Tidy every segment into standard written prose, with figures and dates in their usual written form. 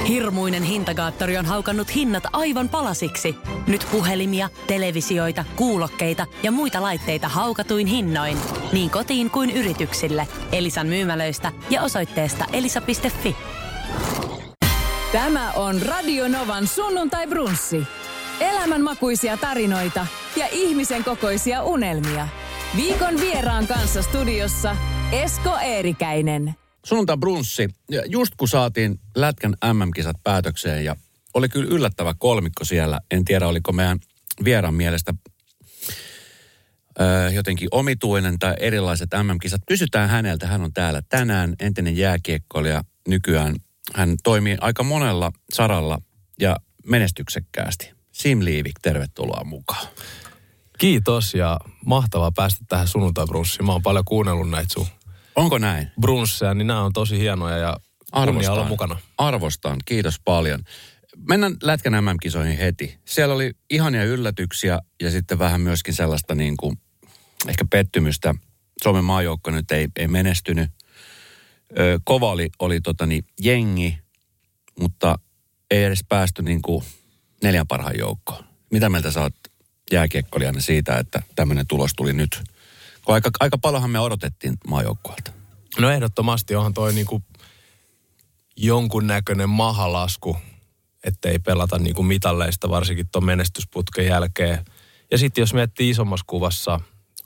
Hirmuinen hintakaattori on haukannut hinnat aivan palasiksi. Nyt puhelimia, televisioita, kuulokkeita ja muita laitteita haukatuin hinnoin. Niin kotiin kuin yrityksille. Elisan myymälöistä ja osoitteesta elisa.fi. Tämä on Radio Novan sunnuntai-brunssi. Elämänmakuisia tarinoita ja ihmisen kokoisia unelmia. Viikon vieraan kanssa studiossa Esko Eerikäinen. Sunnuntai-brunssi. Just kun saatiin Lätkän MM-kisat päätökseen ja oli kyllä yllättävä kolmikko siellä. En tiedä, oliko meidän vieraan mielestä jotenkin omituinen tai erilaiset MM-kisat. Kysytään häneltä. Hän on täällä tänään, entinen jääkiekkoilija nykyään. Hän toimii aika monella saralla ja menestyksekkäästi. Sim Liivik, tervetuloa mukaan. Kiitos ja mahtavaa päästä tähän sunnuntai-brunssiin. Mä oon paljon kuunnellut näitä sun Onko näin? brunsseja, niin nämä on tosi hienoja ja kunnia olla mukana. Arvostan, kiitos paljon. Mennään Lätkän MM-kisoihin heti. Siellä oli ihania yllätyksiä ja sitten vähän myöskin sellaista niin kuin ehkä pettymystä. Suomen maajoukko nyt ei menestynyt. Kova oli jengi, mutta ei edes päästy niin kuin 4 parhaan joukkoon. Mitä mieltä sä oot jääkiekkoilijana siitä, että tämmöinen tulos tuli nyt? Kun aika paljonhan me odotettiin maajoukkueelta. No ehdottomasti onhan toi niinku jonkunnäköinen mahalasku, ettei pelata niinku mitalleista, varsinkin ton menestysputken jälkeen. Ja sitten jos miettii isommassa kuvassa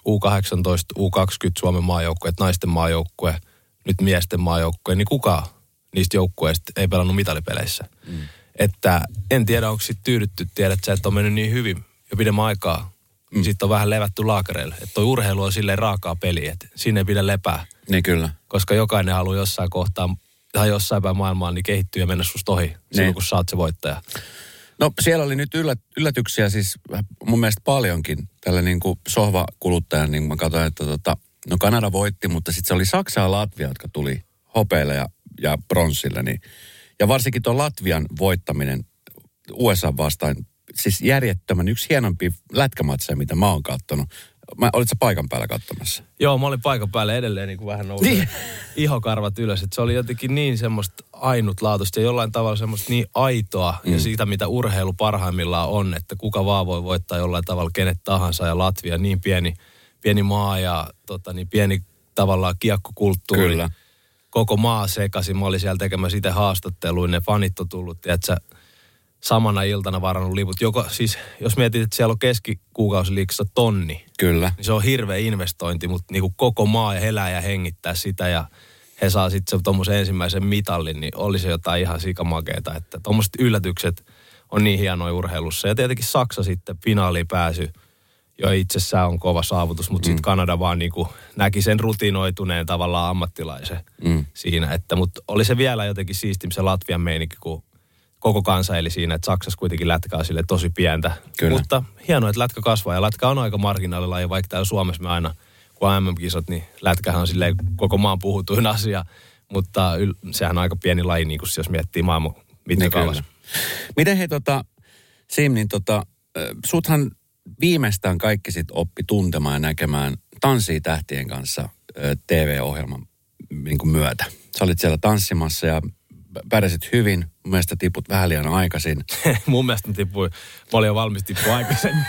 U18, U20 Suomen maajoukkue, naisten maajoukkue, nyt miesten maajoukkue, niin kuka niistä joukkueista ei pelannut mitalipeleissä? Että en tiedä, onko sitten tyydytty, tiedät sä, että on mennyt niin hyvin jo pidemmän aikaa. Sitten on vähän levätty laakereille. Että toi urheilu on silleen raakaa peliä, että sinne ei pidä lepää. Niin kyllä. Koska jokainen haluaa jossain kohtaa tai jossain päin maailmaa niin kehittyä ja mennä susta ohi silloin, kun sä oot se voittaja. No siellä oli nyt yllätyksiä siis mun mielestä paljonkin. Tällä niin kuin sohvakuluttajan, niin mä katsoin, että no Kanada voitti, mutta sitten se oli Saksa ja Latvia, jotka tuli hopeille ja bronssille. Niin. Ja varsinkin tuon Latvian voittaminen USA vastaan, siis järjettömän yksi hienompia lätkämatseja, mitä mä oon kattonut. Olitko sä paikan päällä katsomassa? Joo, mä olin paikan päällä edelleen niin kuin vähän nousee ihokarvat ylös. Että se oli jotenkin niin semmoista ainutlaatuista ja jollain tavalla semmoista niin aitoa ja siitä, mitä urheilu parhaimmillaan on, että kuka vaan voi voittaa jollain tavalla kenet tahansa ja Latvia niin pieni maa ja niin pieni tavallaan kiekkokulttuuri. Kyllä. Koko maa sekaisin. Mä olin siellä tekemässä itse haastatteluin, ne fanit on tullut, tiedätkö, samana iltana varannut liput. Siis, jos mietit, että siellä on keskikuukausiliikassa 1 000. Kyllä. Niin se on hirveä investointi, mutta niin kuin koko maa ja elää ja hengittää sitä ja he saa sitten se tuommoisen ensimmäisen mitallin, niin oli se jotain ihan sikamakeeta. Että tuommoiset yllätykset on niin hienoja urheilussa. Ja tietenkin Saksa sitten finaaliin pääsy jo itsessään on kova saavutus, mutta sitten Kanada vaan niin kuin näki sen rutinoituneen tavallaan ammattilaisen siinä. Mutta oli se vielä jotenkin siistimpi se Latvian meininki, kun koko kansa eli siinä, että Saksassa kuitenkin lätkä on sille tosi pientä. Kyllä. Mutta hienoa, että lätkä kasvaa ja lätkä on aika marginaalilaji, vaikka täällä Suomessa me aina, kun on MM-kisot, niin lätkähän on silleen koko maan puhutuin asia. Mutta sehän on aika pieni laji, niin kuin jos miettii maailman mittakaavassa. Miten Sim, niin suthan viimeistään kaikki sit oppi tuntemaan ja näkemään Tanssii tähtien kanssa TV-ohjelman niin kuin myötä. Sä olit siellä tanssimassa ja pärjäsit hyvin. Mun mielestä tiput vähän liian aikaisin. Mun mielestä tippui. Mä olin jo valmis tippua aikaisemmin.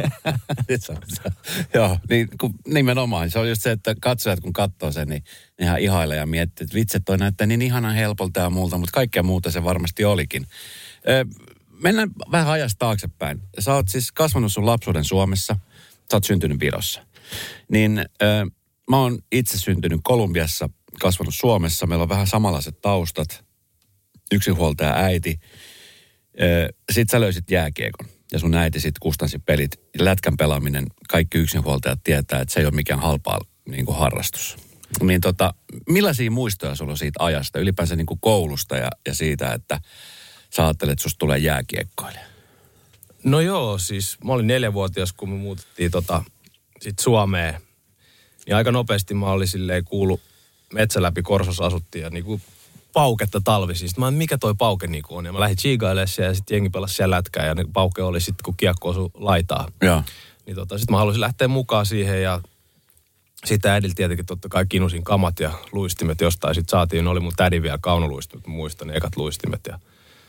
Joo, niin, nimenomaan. Se on just se, että katsojat kun katsoo sen, niin nehän ihailee ja miettii, että vitsi, toi näyttää niin ihanan helpolta ja muulta, mutta kaikkea muuta se varmasti olikin. Mennään vähän ajasta taaksepäin. Sä oot siis kasvanut sun lapsuuden Suomessa. Sä oot syntynyt Virossa. Niin mä oon itse syntynyt Kolumbiassa, kasvanut Suomessa. Meillä on vähän samanlaiset taustat. Yksinhuoltaja äiti. Sitten sä löysit jääkiekon ja sun äiti sitten kustansi pelit. Lätkän pelaaminen, kaikki yksinhuoltajat tietää, että se ei ole mikään halpaa niin kuin harrastus. Niin millaisia muistoja sulla on siitä ajasta, ylipäänsä niin kuin koulusta ja siitä, että sä ajattelet, että susta tulee jääkiekkoilija? No joo, siis mä olin 4-vuotias, kun me muutettiin sit Suomeen. Niin aika nopeasti mä olin silleen kuullut metsä läpi Korsossa asuttiin ja niinku pauketta talvisista. Mä mikä toi pauke niinku on? Ja mä lähdin chiigailemaan siellä ja sitten jengi pelasi siellä lätkää ja pauke oli sitten kun kiekko osui laitaa. Joo. Niin sitten mä halusin lähteä mukaan siihen ja sitten äidiltä tietenkin totta kai kinusin kamat ja luistimet jostain. Sitten saatiin, oli mun tädin vielä kaunoluistimet, muistan ne ekat luistimet. Ja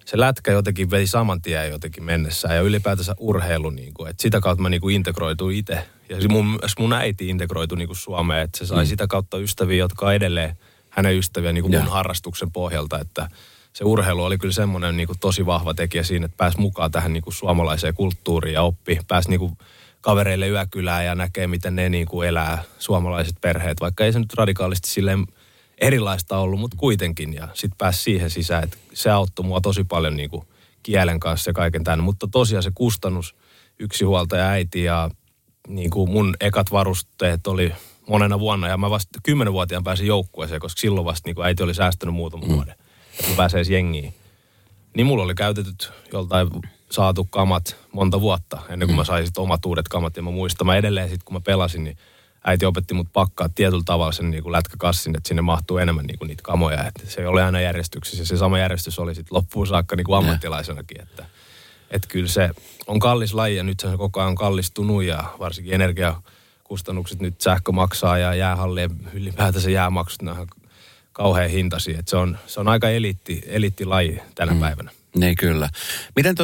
se lätkä jotenkin vei saman tien jotenkin mennessään ja ylipäätänsä urheilu, niin kuin, että sitä kautta mä niin kuin integroituin itse. Ja mun äiti integroitui niin kuin Suomeen, että se sai sitä kautta ystäviä, jotka on edelleen hänen ystäviä niin kuin mun harrastuksen pohjalta, että se urheilu oli kyllä semmoinen niin kuin tosi vahva tekijä siinä, että pääsi mukaan tähän niin kuin suomalaiseen kulttuuriin ja pääsi niin kuin kavereille yökylään ja näkee, miten ne niin kuin elää suomalaiset perheet, vaikka ei se nyt radikaalisti silleen erilaista ollut, mutta kuitenkin. Ja sitten pääsi siihen sisään, että se auttoi mua tosi paljon niin kuin kielen kanssa ja kaiken tämän. Mutta tosiaan se kustannus, yksinhuoltaja äiti ja niin kuin mun ekat varusteet oli monena vuonna. Ja mä vasta 10-vuotiaan pääsin joukkueeseen, koska silloin vasta niin kuin äiti oli säästänyt muutaman vuoden, että mä pääsee jengiin. Niin mulla oli käytetyt joltain saatu kamat monta vuotta ennen kuin mä sain sit omat uudet kamat. Ja mä muistan, mä edelleen sitten kun mä pelasin, niin äiti opetti mut pakkaa tietyllä tavalla sen niin kuin lätkäkassin, että sinne mahtuu enemmän niin kuin niitä kamoja. Että se oli aina järjestyksessä ja se sama järjestys oli sitten loppuun saakka niin kuin ammattilaisenakin. Että kyllä se on kallis laji ja nythän se koko ajan on kallistunut ja varsinkin energiakustannukset nyt sähkö maksaa ja jäähallien ylipäätänsä jäämaksut, nämä on kauhean hintaisia. Että se on aika eliittilaji tänä päivänä. Niin kyllä. Miten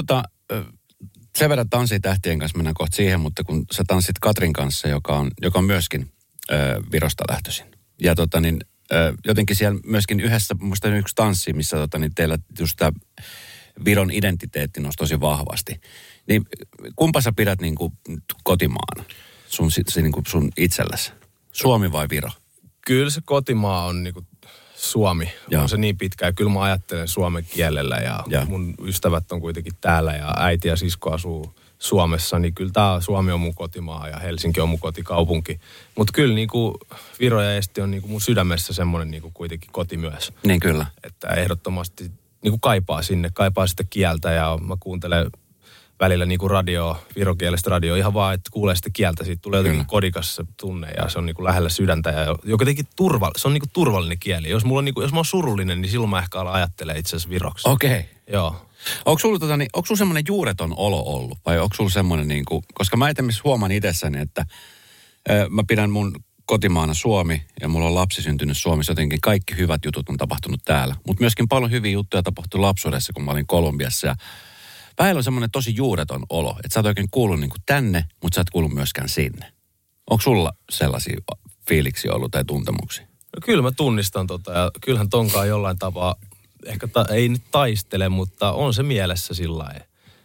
sen verran tanssitähtien kanssa mennään kohta siihen, mutta kun sä tanssit Katrin kanssa, joka on myöskin Virosta lähtöisin. Ja jotenkin siellä myöskin musta yksi tanssi, missä teillä just tämä Viron identiteetti nousi tosi vahvasti. Niin kumpa sä pidät niin kuin kotimaana sun itselläsi? Suomi vai Viro? Kyllä se kotimaa on niin kuin Suomi. On se niin pitkä ja kyllä mä ajattelen suomen kielellä ja mun ystävät on kuitenkin täällä ja äiti ja sisko asuu Suomessa, niin kyllä Suomi on mun kotimaa ja Helsinki on mun kotikaupunki. Mutta kyllä niin kuin Viro ja Eesti on niin kuin mun sydämessä semmoinen niin kuin kuitenkin koti myös. Niin kyllä. Että ehdottomasti niin kuin kaipaa sitä kieltä ja mä kuuntelen välillä niin kuin virokielestä radioa ihan vaan, että kuulee sitä kieltä. Siitä tulee jotenkin kodikas se tunne ja se on niin kuin lähellä sydäntä ja jotenkin se on niin kuin turvallinen kieli. Jos mä oon surullinen, niin silloin mä ehkä alan ajattelemaan itse asiassa viroksi. Okei. Okay. Joo. Onko sulla semmoinen juureton olo ollut? Vai onko sulla semmoinen niin kuin, koska mä esimerkiksi huomaan itsessäni, että mä pidän mun kotimaana Suomi ja mulla on lapsi syntynyt Suomessa. Jotenkin kaikki hyvät jutut on tapahtunut täällä. Mutta myöskin paljon hyviä juttuja tapahtui lapsuudessa, kun mä olin Kolumbiassa ja vähällä on semmoinen tosi juureton olo, että sä oot oikein kuullut niin kuin tänne, mutta sä et kuulu myöskään sinne. Onko sulla sellaisia fiiliksiä ollut tai tuntemuksia? No kyllä mä tunnistan ja kyllähän tonkaan jollain tapaa, ehkä ei nyt taistele, mutta on se mielessä sillä lailla,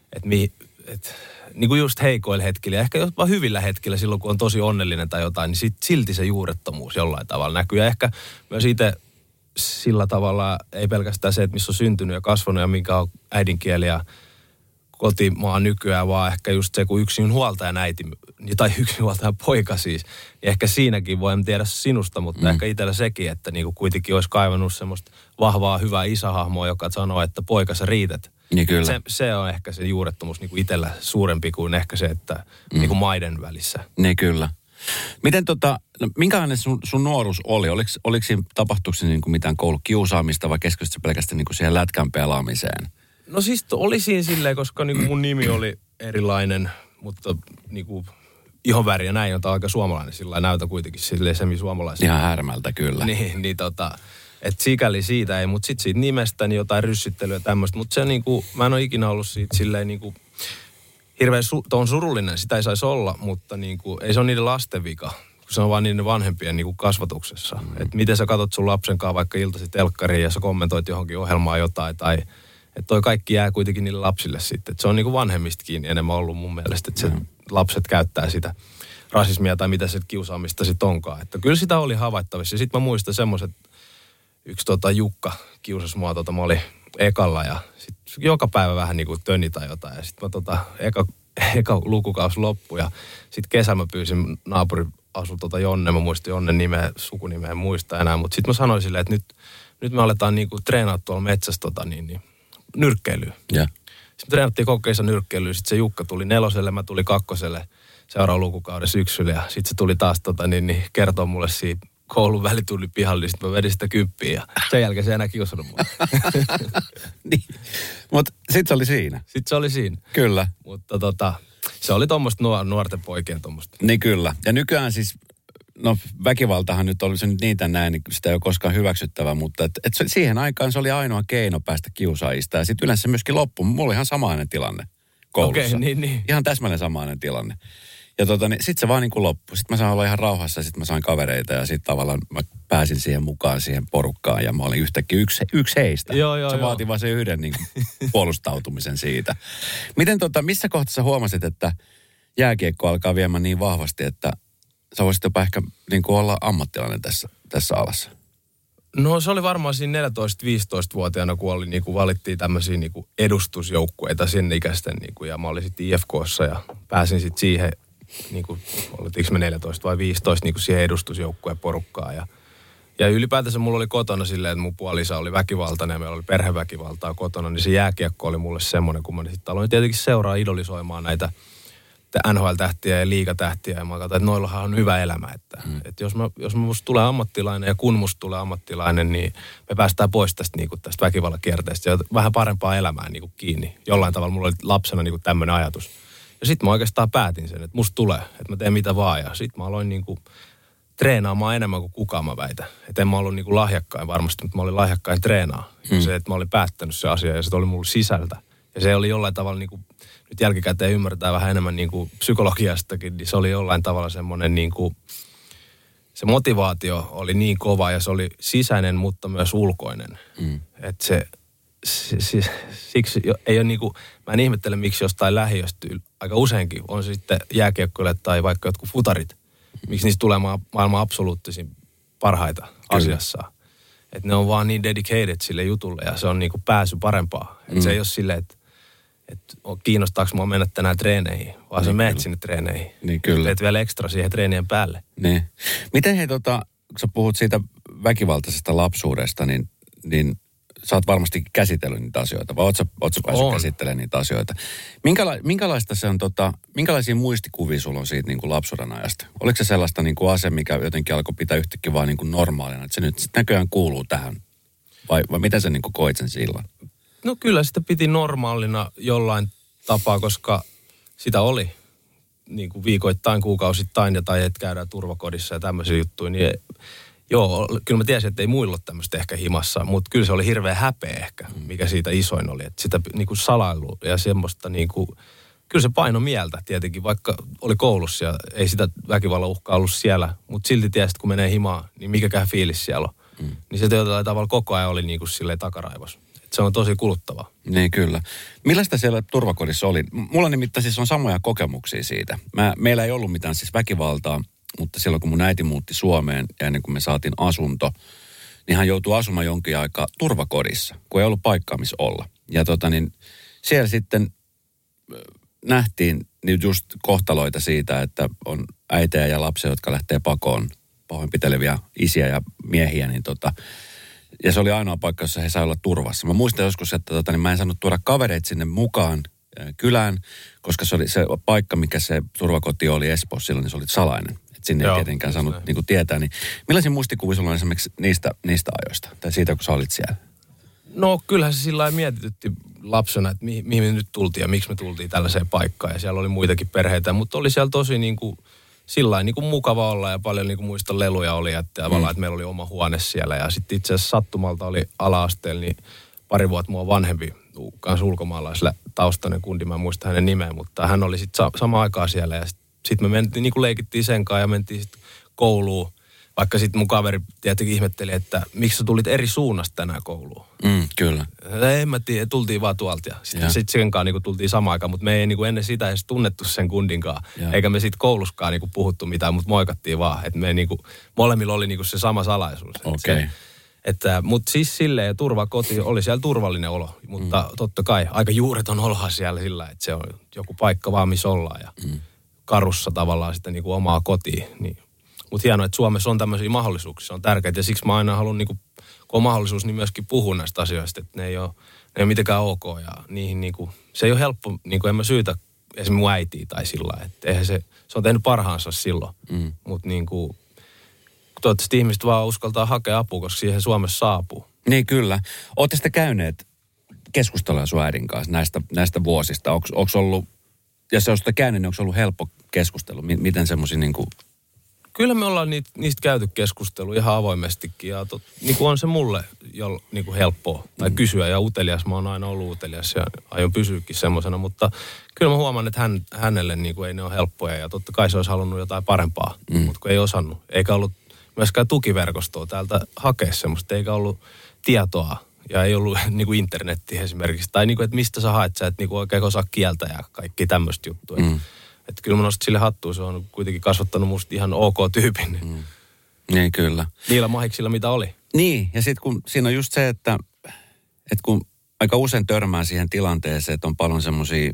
että niin kuin just heikoilla hetkillä, ehkä jopa hyvillä hetkillä silloin, kun on tosi onnellinen tai jotain, niin silti se juurettomuus jollain tavalla näkyy. Ja ehkä myös itse sillä tavalla ei pelkästään se, että missä on syntynyt ja kasvanut ja minkä on äidinkieli ja kotimaa nykyään, vaan ehkä just se, kun yksinhuoltajan äiti, tai yksinhuoltajan poika siis, niin ehkä siinäkin voi en tiedä sinusta, mutta ehkä itsellä sekin, että niinku kuitenkin olisi kaivannut semmoista vahvaa, hyvää isähahmoa, joka sanoo, että poika sä riität. Niin kyllä. Se on ehkä se juurettomuus niinku itsellä suurempi kuin ehkä se, että niinku maiden välissä. Niin kyllä. Miten minkälainen sun nuoruus oli? Oliko siinä tapahtuiko se niinku mitään koulukiusaamista vai keskitytkö pelkästään niinku siihen lätkän pelaamiseen? No siis oli siinä silleen, koska niinku mun nimi oli erilainen, mutta niinku ihonväri ja näin, jota aika suomalainen sillä näytä kuitenkin silleen semi-suomalaisen. Ihan härmältä kyllä. Niin että sikäli siitä ei, mutta sitten siitä nimestä niin jotain ryssittelyä ja tämmöistä. Mutta se niinku, mä en ole ikinä ollut siitä silleen niinku hirveän on surullinen, sitä ei saisi olla, mutta niinku, ei se ole niiden lasten vika, kun se on vaan niiden vanhempien niinku kasvatuksessa. Että miten sä katot sun lapsen kanssa vaikka iltasi telkkariin ja sä kommentoit johonkin ohjelmaan jotain tai että toi kaikki jää kuitenkin niille lapsille sitten. Että se on niinku vanhemmista kiinni enemmän ollut mun mielestä, että se lapset käyttää sitä rasismia tai mitä se kiusaamista sitten onkaan. Että kyllä sitä oli havaittavissa. Ja sitten mä muistan semmoiset, yksi Jukka kiusasi mua, mä olin ekalla ja sitten joka päivä vähän niinku töni tai jotain. Ja sitten mä eka lukukausi loppui ja sitten kesällä mä pyysin naapuri asui Jonne, mä muistin Jonnen nimeä, sukunimeä en muista enää. Mutta sitten mä sanoin silleen, että nyt me aletaan niinku treenaa tuolla metsässä nyrkkeilyä. Yeah. Sitten treenattiin kokeissa nyrkkeilyä, sitten se Jukka tuli 4, mä tulin 2 seuraavan lukukauden syksyllä ja sitten se tuli taas kertoo mulle siitä koulun välitunnin pihalle, niin sitten mä vedin sitä 10 ja sen jälkeen se ei enää kiusannut mua. Niin. Mutta sitten se oli siinä. Sitten se oli siinä. Kyllä. Mutta se oli tuommoista nuorten poikien tuommoista. Niin kyllä. Ja nykyään siis no väkivaltahan nyt oli se nyt niitä näin, niin sitä ei ole koskaan hyväksyttävä, mutta siihen aikaan se oli ainoa keino päästä kiusaajista. Ja sitten yleensä se myöskin loppui. Mulla oli ihan samainen tilanne koulussa. Okei, niin. Ihan täsmälleen samainen tilanne. Ja sitten se vaan niin kuin loppui. Sitten mä sain olla ihan rauhassa ja sitten mä sain kavereita ja sitten tavallaan mä pääsin siihen mukaan siihen porukkaan ja mä olin yhtäkkiä yksi heistä. Se vaati vaan se yhden niin kuin puolustautumisen siitä. Miten missä kohtaa huomasit, että jääkiekko alkaa viemään niin vahvasti, että sä voisit jopa ehkä niin kuin olla ammattilainen tässä alassa? No se oli varmaan siinä 14-15-vuotiaana, kun oli, niin kuin valittiin tämmöisiä niin kuin edustusjoukkueita sen ikäisten. Niin kuin, ja mä olin sitten IFK:ssa ja pääsin sitten siihen, niin kuin, olitiinko me 14 vai 15, niin kuin siihen edustusjoukkueen porukkaan. Ja ylipäätänsä mulla oli kotona silleen, että mun puolisa oli väkivaltainen ja meillä oli perheväkivaltaa kotona. Niin se jääkiekko oli mulle semmoinen, kun mä sitten aloin tietenkin seuraa idolisoimaan näitä NHL-tähtiä ja liigatähtiä, ja mä katsoin, että noillahan on hyvä elämä. Että jos musta tulee ammattilainen ja kun musta tulee ammattilainen, niin me päästään pois tästä väkivallan kierteestä ja vähän parempaa elämää niin kuin kiinni. Jollain tavalla mulla oli lapsena niin kuin tämmöinen ajatus. Ja sitten mä oikeastaan päätin sen, että musta tulee, että mä teen mitä vaan. Ja sitten mä aloin niin kuin treenaamaan enemmän kuin kukaan mä väitän. Että en mä ollut niin kuin lahjakkain varmasti, mutta mä olin lahjakkain treenaa. Se, että mä olin päättänyt se asia ja se oli mulla sisältä. Ja se oli jollain tavalla niin kuin nyt jälkikäteen ymmärtää vähän enemmän niin kuin psykologiastakin, niin se oli jollain tavalla semmoinen niin kuin, se motivaatio oli niin kova ja se oli sisäinen, mutta myös ulkoinen. Että siksi ei ole niin kuin, mä en ihmettele miksi jostain lähiöstä aika useinkin, on se sitten jääkiekkoilijat tai vaikka jotkut futarit, miksi niistä tulee maailman absoluuttisin parhaita asiassaan. Että ne on vaan niin dedicated sille jutulle ja se on niin kuin pääsy parempaa. Että se ei ole silleen, että kiinnostaako mua mennä tänään treeneihin, vaan niin sä menet sinne treeneihin. Niin kyllä. Teet vielä ekstra siihen treenien päälle. Niin. Miten hei, kun sä puhut siitä väkivaltaisesta lapsuudesta, niin sä oot varmasti käsitellyt niitä asioita, vai oot sä päässyt käsittelemään niitä asioita? Minkälaista se on, minkälaisia muistikuvia sulla on siitä niin kuin lapsuuden ajasta? Oliko se sellaista niin kuin ase, mikä jotenkin alkoi pitää yhtäkkiä vaan niin kuin normaalina, että se nyt sit näköjään kuuluu tähän? Vai miten sä niin kuin koit sen silloin? No kyllä sitä piti normaalina jollain tapaa, koska sitä oli niin kuin viikoittain, kuukausittain tai että käydään turvakodissa ja tämmöisiä juttuja. Niin joo, kyllä mä tiesin, että ei muilla ole tämmöistä ehkä himassa, mutta kyllä se oli hirveä häpeä ehkä, mikä siitä isoin oli. Että sitä niin kuin salailu ja semmoista niin kuin, kyllä se paino mieltä tietenkin, vaikka oli koulussa ja ei sitä väkivallan uhkaa ollut siellä. Mutta silti tiesit, kun menee himaan, niin mikäkään fiilis siellä on. Niin se jollain tavalla koko ajan oli niin kuin silleen takaraivos. Se on tosi kuluttavaa. Niin kyllä. Millaista siellä turvakodissa oli? Mulla nimittäin siis on samoja kokemuksia siitä. Meillä ei ollut mitään siis väkivaltaa, mutta silloin kun mun äiti muutti Suomeen ja ennen kuin me saatiin asunto, niin hän joutui asumaan jonkin aikaa turvakodissa, kun ei ollut paikkaa missä olla. Ja siellä sitten nähtiin just kohtaloita siitä, että on äitejä ja lapsia, jotka lähtee pakoon, pahoinpiteleviä isiä ja miehiä, niin ja se oli ainoa paikka, jossa he saivat olla turvassa. Mä muistan joskus, että mä en saanut tuoda kavereita sinne mukaan kylään, koska se oli se paikka, mikä se turvakoti oli Espoossa silloin, niin se oli salainen. Et sinne ei tietenkään saanut niin kuin tietää. Niin millaisia muistikuvia sulla on esimerkiksi niistä ajoista, tai siitä, kun sä olit siellä? No kyllähän se sillä lailla mietitytti lapsena, että mihin me nyt tultiin ja miksi me tultiin tällaiseen paikkaan. Ja siellä oli muitakin perheitä, mutta oli siellä tosi niin kuin sillain niin kuin mukava olla ja paljon niin kuin muista leluja oli, että tavallaan, että meillä oli oma huone siellä. Ja sitten itse asiassa sattumalta oli ala-asteella, niin pari vuotta mua vanhempi, kanssa ulkomaalaisella taustainen kundi, mä en muista hänen nimeä, mutta hän oli sitten samaan aikaan siellä. Ja sitten me mentiin, niin kuin leikittiin sen kanssa ja mentiin sitten kouluun. Vaikka sitten mun kaveri tietenkin ihmetteli, että miksi sä tulit eri suunnasta tänään kouluun. Kyllä. En mä tiedä, tultiin vaan tuolta ja sitten sen kanssa niin tultiin samaan aikaan, mutta me ei niin ennen sitä edes tunnettu sen kundinkaan. Eikä me sitten kouluskaan niin puhuttu mitään, mutta moikattiin vaan. Että me niin molemmilla oli niin se sama salaisuus. Okei. Mutta siis silleen turvakoti oli siellä turvallinen olo, mutta totta kai aika juureton olohan siellä sillä, että se on joku paikka vaan missä ollaan ja karussa tavallaan sitten niin omaa kotiin, niin. Mutta hienoa, että Suomessa on tämmöisiä mahdollisuuksia, se on tärkeää. Ja siksi mä aina haluan, kun on mahdollisuus, niin myöskin puhua näistä asioista. Että ne ei ole mitenkään ok. Ja niihin se ei ole helppo, en mä syytä esimerkiksi mun äitiä tai sillä lailla. Että eihän se on tehnyt parhaansa silloin. Mutta toivottavasti ihmiset vaan uskaltaa hakea apua, koska siihen Suomessa saapuu. Niin kyllä. Ootte sitten käyneet keskustelua sun äidin kanssa näistä vuosista? Onko ollut, ja se on sitä käynyt, niin onko ollut helppo keskustelu? Miten semmoisia Kyllä me ollaan niistä käyty keskustelua ihan avoimestikin ja niin kuin on se mulle niin kuin helppoa tai kysyä ja utelias. Mä oon aina ollut utelias ja aion pysyäkin semmoisena, mutta kyllä mä huomaan, että hänelle niin kuin ei ne ole helppoja ja totta kai se olisi halunnut jotain parempaa, mutta kun ei osannut. Eikä ollut myöskään tukiverkostoa täältä hakea semmoista, eikä ollut tietoa ja ei ollut niin kuin internettiä esimerkiksi. Tai niin kuin, että mistä sä haet, sä et niin kuin oikein osaa kieltä ja kaikki tämmöistä juttua. Että kyllä mä nostin sille hattuun, se on kuitenkin kasvattanut musta ihan ok tyypin. Niin kyllä. Niillä mahiksilla mitä oli. Niin, ja sitten kun siinä on just se, että kun aika usein törmää siihen tilanteeseen, että on paljon semmoisia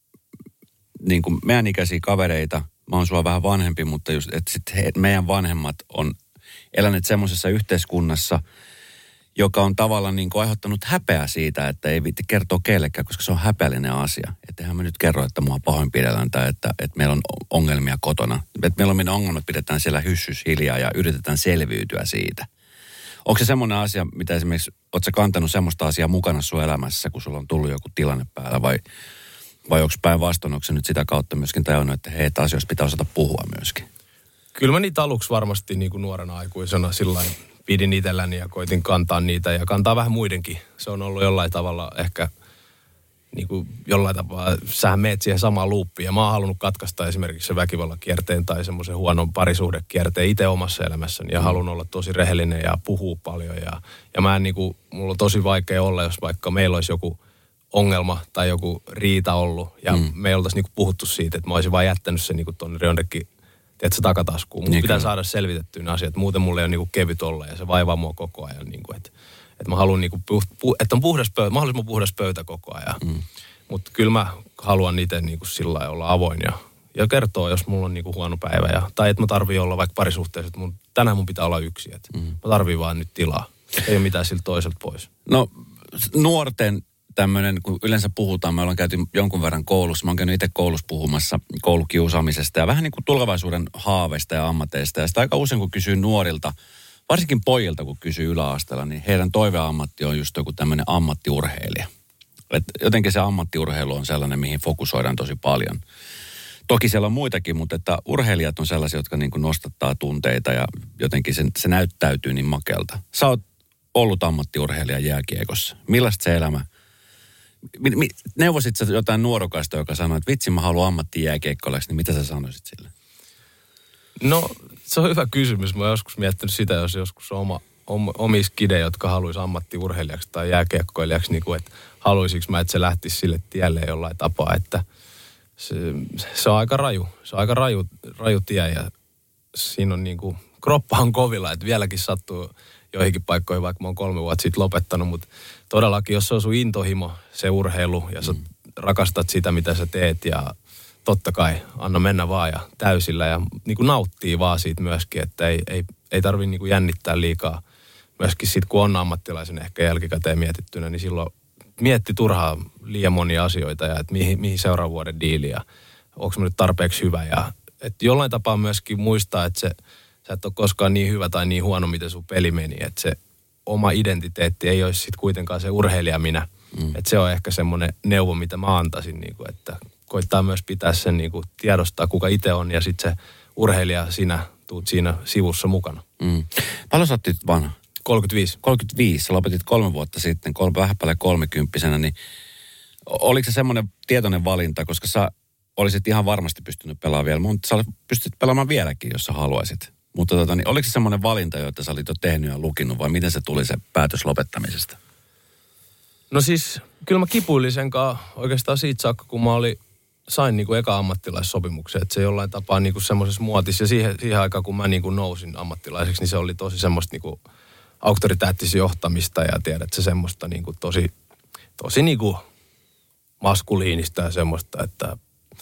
niin kuin meidän ikäisiä kavereita, mä oon sua vähän vanhempi, mutta just, että sitten meidän vanhemmat on eläneet semmoisessa yhteiskunnassa, joka on tavallaan niin kuin aiheuttanut häpeää siitä, että ei viitti kertoa kellekään, koska se on häpeällinen asia. Että eihän mä nyt kerro, että mua pahoinpidellään tai että meillä on ongelmia kotona. Että meillä on meidän ongelmat, pidetään siellä hyssys hiljaa ja yritetään selviytyä siitä. Onko se semmoinen asia, mitä esimerkiksi, ootko sä kantanut semmoista asiaa mukana sun elämässä, kun sulla on tullut joku tilanne päällä vai onko päinvastoin, onko se nyt sitä kautta myöskin tajunnut, että hei, että asioista pitää osata puhua myöskin? Kyllä mä niitä aluksi varmasti niin kuin nuorena aikuisena sillain pidin itselläni ja koitin kantaa niitä ja kantaa vähän muidenkin. Se on ollut jollain tavalla ehkä niin kuin jollain tapaa, sähän meet siihen samaan luuppiin ja mä oon halunnut katkaista esimerkiksi se väkivallakierteen tai semmoisen huonon parisuhdekierteen itse omassa elämässäni ja halunnut olla tosi rehellinen ja puhua paljon ja mä en niin kuin, mulla on tosi vaikea olla, jos vaikka meillä olisi joku ongelma tai joku riita ollut ja me ei oltaisi niin kuin puhuttu siitä, että mä olisin vaan jättänyt sen niin kuin tuonne jonnekin tiedätkö, takataskuun. Mun pitää saada selvitettyä ne asiat. Muuten mulle ei ole niinku kevyt olla ja se vaivaa mua koko ajan. Niinku, että mä haluan, niinku, että on mahdollisimman puhdas pöytä koko ajan. Mutta kyllä mä haluan itse niinku sillä lailla olla avoin ja kertoo, jos mulla on niinku huono päivä. Tai että mä tarvii olla vaikka parisuhteessa, että tänään mun pitää olla yksin. Mä tarvii vaan nyt tilaa. Ei ole mitään siltä toiselta pois. No nuorten tämmöinen, kun yleensä puhutaan, me ollaan käyty jonkun verran koulussa. Mä oon käynyt itse koulussa puhumassa koulukiusaamisesta ja vähän niin kuin tulevaisuuden haaveista ja ammateista. Ja sitä aika usein, kun kysyy nuorilta, varsinkin pojilta, kun kysyy yläasteella, niin heidän toiveammatti on just joku tämmöinen ammattiurheilija. Et jotenkin se ammattiurheilu on sellainen, mihin fokusoidaan tosi paljon. Toki siellä on muitakin, mutta että urheilijat on sellaisia, jotka niin kuin nostattaa tunteita ja jotenkin se näyttäytyy niin makelta. Sä oot ollut ammattiurheilija jääkiekossa. Millaista se elämä? Neuvosit sä jotain nuorokasta, joka sanoi, että vitsi mä haluan ammattijääkiekkoileksi, niin mitä sä sanoisit sille? No se on hyvä kysymys. Mä oon joskus miettinyt sitä, jos joskus on omia skidejä, jotka haluaisi ammattiurheilijaksi tai jääkiekkoilijaksi, niin kuin, että haluaisinko mä, että se lähtisi sille tielle jollain tapaa, että se on aika raju. Se on aika raju tie ja siinä on niin kuin, kroppa on kovilla, että vieläkin sattuu joihinkin paikkoihin, vaikka mä oon 3 vuotta sitten lopettanut, mutta todellakin, jos se on sun intohimo, se urheilu, ja sä rakastat sitä, mitä sä teet, ja totta kai, anna mennä vaan ja täysillä, ja niin kuin nauttii vaan siitä myöskin, että ei tarvitse niin kuin jännittää liikaa. Myöskin sit, kun on ammattilaisen ehkä jälkikäteen mietittynä, niin silloin mietti turhaan liian monia asioita, ja että mihin seuraavan vuoden diili, ja onko mä nyt tarpeeksi hyvä, ja että jollain tapaa myöskin muistaa, että sä et ole koskaan niin hyvä tai niin huono, miten sun peli meni. Että se oma identiteetti ei olisi sitten kuitenkaan se urheilija minä. Että se on ehkä semmoinen neuvo, mitä mä antaisin. Niin kuin, että koittaa myös pitää sen niin kuin tiedostaa, kuka itse on. Ja sitten se urheilija, sinä tuut siinä sivussa mukana. Paljon sä oot nyt vanha? 35. 35. Sä lopetit 3 vuotta sitten, vähän paljon 30-vuotiaana. Niin oliko se semmoinen tietoinen valinta, koska sä olisit ihan varmasti pystynyt pelaamaan vielä. Mutta sä pystyt pelaamaan vieläkin, jos sä haluaisit. Mutta niin oliko se semmoinen valinta, jota sä olit jo tehnyt ja lukinut, vai miten se tuli se päätös lopettamisesta? No siis, kyllä mä kipuilin sen kanssa oikeastaan siitä saakka, kun mä sain niinku eka ammattilaissopimuksen. Että se jollain tapaa niinku semmoisessa muotissa. Ja siihen aikaan, kun mä niinku nousin ammattilaiseksi, niin se oli tosi semmoista niinku auktoritäättistä johtamista. Ja tiedät, se semmoista niinku tosi niinku maskuliinista ja semmoista, että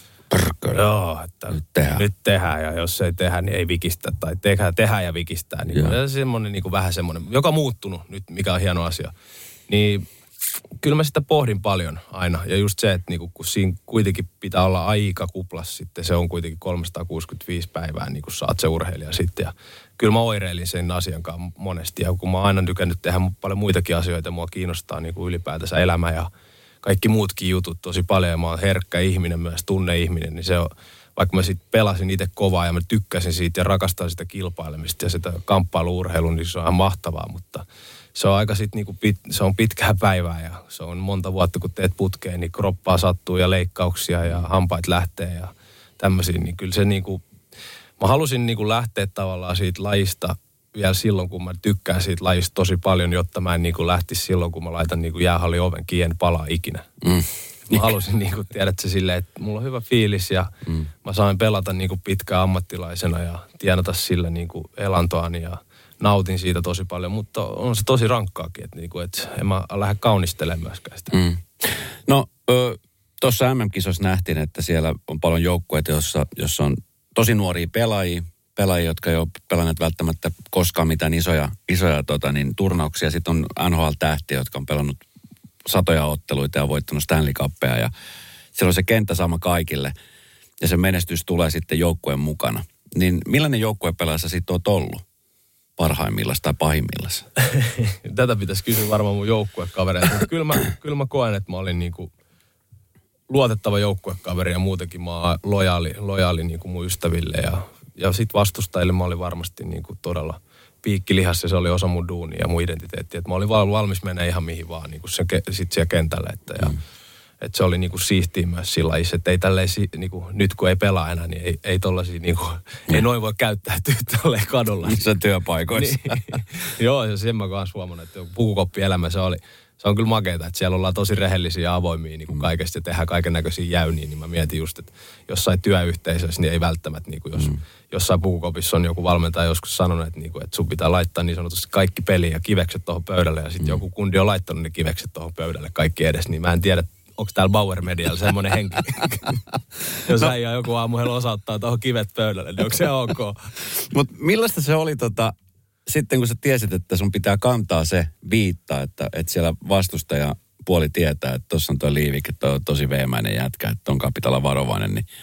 joo, että nyt tehdään ja jos ei tehdä, niin ei vikistä tai tehdään ja vikistää. Niin se semmoinen niin kuin vähän semmoinen, joka on muuttunut nyt, mikä on hieno asia. Niin kyllä mä sitä pohdin paljon aina. Ja just se, että niin kuin, kun siinä kuitenkin pitää olla aika kuplas sitten, se on kuitenkin 365 päivää, niin kuin saat se urheilija sitten. Ja kyllä mä oireilin sen asian kanssa monesti. Ja kun mä oon aina tykännyt tehdä paljon muitakin asioita, mua kiinnostaa niin kuin ylipäätänsä elämä ja kaikki muutkin jutut tosi paljon, ja mä oon herkkä ihminen myös, tunneihminen, niin se vaikka mä sitten pelasin itse kovaa ja mä tykkäsin siitä ja rakastan sitä kilpailemista ja sitä kamppailu-urheilua, niin se on ihan mahtavaa, mutta se on aika sitten niinku se on pitkää päivää ja se on monta vuotta, kun teet putkeen, niin kroppaa sattuu ja leikkauksia ja hampaat lähtee ja tämmöisiä, niin kyllä se niinku, mä halusin niinku lähteä tavallaan siitä lajista vielä silloin, kun mä tykkään siitä lajista tosi paljon, jotta mä en niinku lähtisi silloin, kun mä laitan niinku jäähallin oven kiinni, en palaa ikinä. Mä halusin niinku, tiedätkö, silleen, että mulla on hyvä fiilis ja mä sain pelata niinku pitkään ammattilaisena ja tienata sillä niinku elantoani ja nautin siitä tosi paljon, mutta on se tosi rankkaakin, että niinku, et en mä lähde kaunistelemaan myöskään sitä. No, tuossa MM-kisossa nähtiin, että siellä on paljon joukkueita, jossa on tosi nuoria pelaajia, jotka ei ole pelanneet välttämättä koskaan mitään isoja turnauksia. Sitten on NHL-tähtiä, jotka on pelannut satoja otteluita ja voittanut Stanley Cupia. Ja siellä on se kenttä sama kaikille. Ja se menestys tulee sitten joukkueen mukana. Niin millainen joukkuepelaaja sä sitten oot ollut? Parhaimmillaan tai pahimmillaan? Tätä pitäisi kysyä varmaan mun joukkuekavereilta. Kyllä mä koen, että mä olin niinku luotettava joukkuekaveri ja muutenkin mä oon lojaali niinku mun ystäville ja sit vastustajille mä olin varmasti niinku todella piikkilihassa ja se oli osa mun duunia ja mun identiteettiä. Että mä olin valmis mennä ihan mihin vaan niinku sit siellä kentällä. Että se oli niinku siistiä myös sillä lailla, että ei tälleen niinku, nyt kun ei pelaa enää, niin ei tollaisia niinku, ei noin voi käyttäytyä tälleen kadulla. Missä työpaikoissa. Niin, joo, ja sen mä kanssa huomannut, että pukukoppielämä se on kyllä makeeta, että siellä ollaan tosi rehellisiä ja avoimia niin kuin kaikesta ja tehdään kaiken näköisiä jäyniä, niin mä mietin just, että jossain työyhteisössä niin ei välttämättä, niin kuin jos jossain pukukopissa on joku valmentaja joskus sanonut, että, niin kuin, että sun pitää laittaa niin sanotusti kaikki peli ja kivekset tuohon pöydälle ja sitten joku kundi on laittanut ne kivekset tuohon pöydälle kaikki edes, niin mä en tiedä, onko täällä Bauer Medialla semmoinen henki. Jos äijä joku aamu heillä osauttaa tuohon kivet pöydälle, niin onko se ok? Mutta millaista se oli sitten kun sä tiesit, että sun pitää kantaa se viitta, että siellä vastustaja puoli tietää, että tuossa on tuo Liivik, että on tosi veemäinen jätkä, että onkaan pitää olla varovainen, niin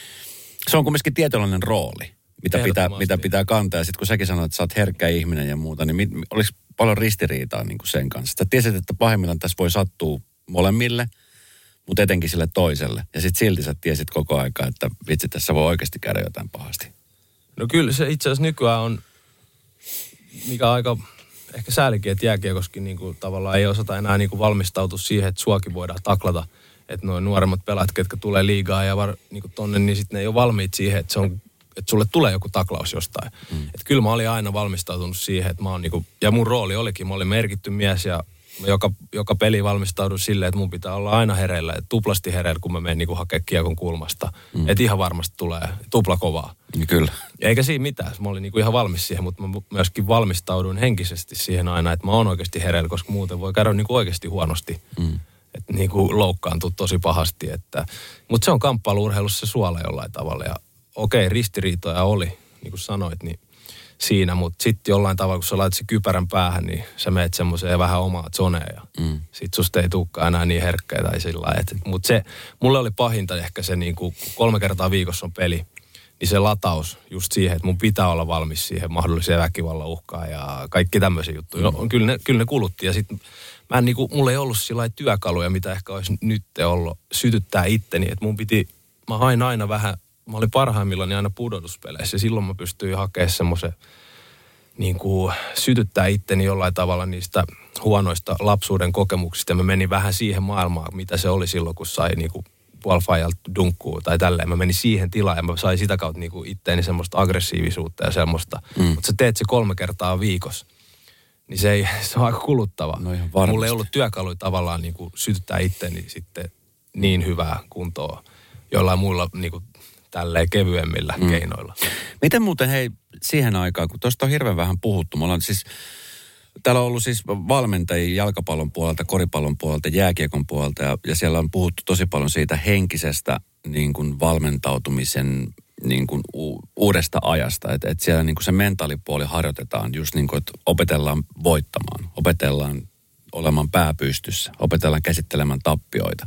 se on kumminkin tietynlainen rooli, mitä pitää kantaa. Ja sitten kun säkin sanoit, että sä oot herkkä ihminen ja muuta, niin oliko paljon ristiriitaa niin kuin sen kanssa? Sä tiesit, että pahimmillaan tässä voi sattua molemmille, mutta etenkin sille toiselle. Ja sitten silti sä tiesit koko aika, että vitsi, tässä voi oikeasti käydä jotain pahasti. No kyllä se itse asiassa nykyään on, mikä aika ehkä säälikin, että jääkiekoskin niinku tavallaan ei osata enää niinku valmistautua siihen, että suakin voidaan taklata. Että nuo nuoremmat pelaajat, ketkä tulee liigaa ja niinku tonne, niin sitten ne ei ole valmiit siihen, että sulle tulee joku taklaus jostain. Että kyllä mä olin aina valmistautunut siihen, että mä oon niinku, ja mun rooli olikin, mä olin merkitty mies ja joka peli valmistaudun silleen, että mun pitää olla aina hereillä, että tuplasti hereillä, kun mä menen niinku hakea kiekon kulmasta. Että ihan varmasti tulee tupla kovaa. Kyllä. Eikä siinä mitään. Mä olin niinku ihan valmis siihen, mutta mä myöskin valmistauduin henkisesti siihen aina, että mä oon oikeasti hereillä, koska muuten voi käydä niinku oikeasti huonosti. Että niinku loukkaantuu tosi pahasti. Mutta se on kamppailu-urheilussa se suola jollain tavalla. Ja okei, ristiriitoja oli, niin kuin sanoit, niin siinä, mutta sitten jollain tavalla, kun sä laitat se kypärän päähän, niin sä meet semmoiseen vähän omaa zoneen ja sit susta ei tulekaan enää niin herkkä tai sillä lailla. Mutta se, mulle oli pahinta ehkä se niinku, 3 kertaa viikossa on peli, niin se lataus just siihen, että mun pitää olla valmis siihen mahdolliseen väkivallan uhkaan ja kaikki tämmöisiä juttuja. Kyllä ne kulutti ja sitten mulla ei ollut sillä lailla työkaluja, mitä ehkä olisi nyt ollut sytyttää itteni, että mä hain aina vähän. Mä olin parhaimmillani aina pudotuspeleissä ja silloin mä pystyin hakemaan semmoisen niin kuin sytyttää itteni jollain tavalla niistä huonoista lapsuuden kokemuksista. Ja mä menin vähän siihen maailmaan, mitä se oli silloin, kun sai niin kuin puolifajalta dunkkuu tai tälleen. Mä menin siihen tilaan ja mä sain sitä kautta niin kuin itteeni semmoista aggressiivisuutta ja semmoista. Mutta sä teet se 3 kertaa viikossa, niin se on aika kuluttavaa. No ihan varmasti. Mulla ei ollut työkaluja tavallaan niin kuin sytyttää itteeni sitten niin hyvää kuntoa jollain muilla niin kuin tälleen kevyemmillä keinoilla. Miten muuten hei siihen aikaan, kun tuosta on hirveän vähän puhuttu, täällä on ollut siis valmentajia jalkapallon puolelta, koripallon puolelta, jääkiekon puolelta ja siellä on puhuttu tosi paljon siitä henkisestä niin kuin valmentautumisen niin kuin uudesta ajasta. Että siellä niin kuin se mentaalipuoli harjoitetaan just niin kuin, että opetellaan voittamaan, opetellaan olemaan pääpystyssä, opetellaan käsittelemään tappioita.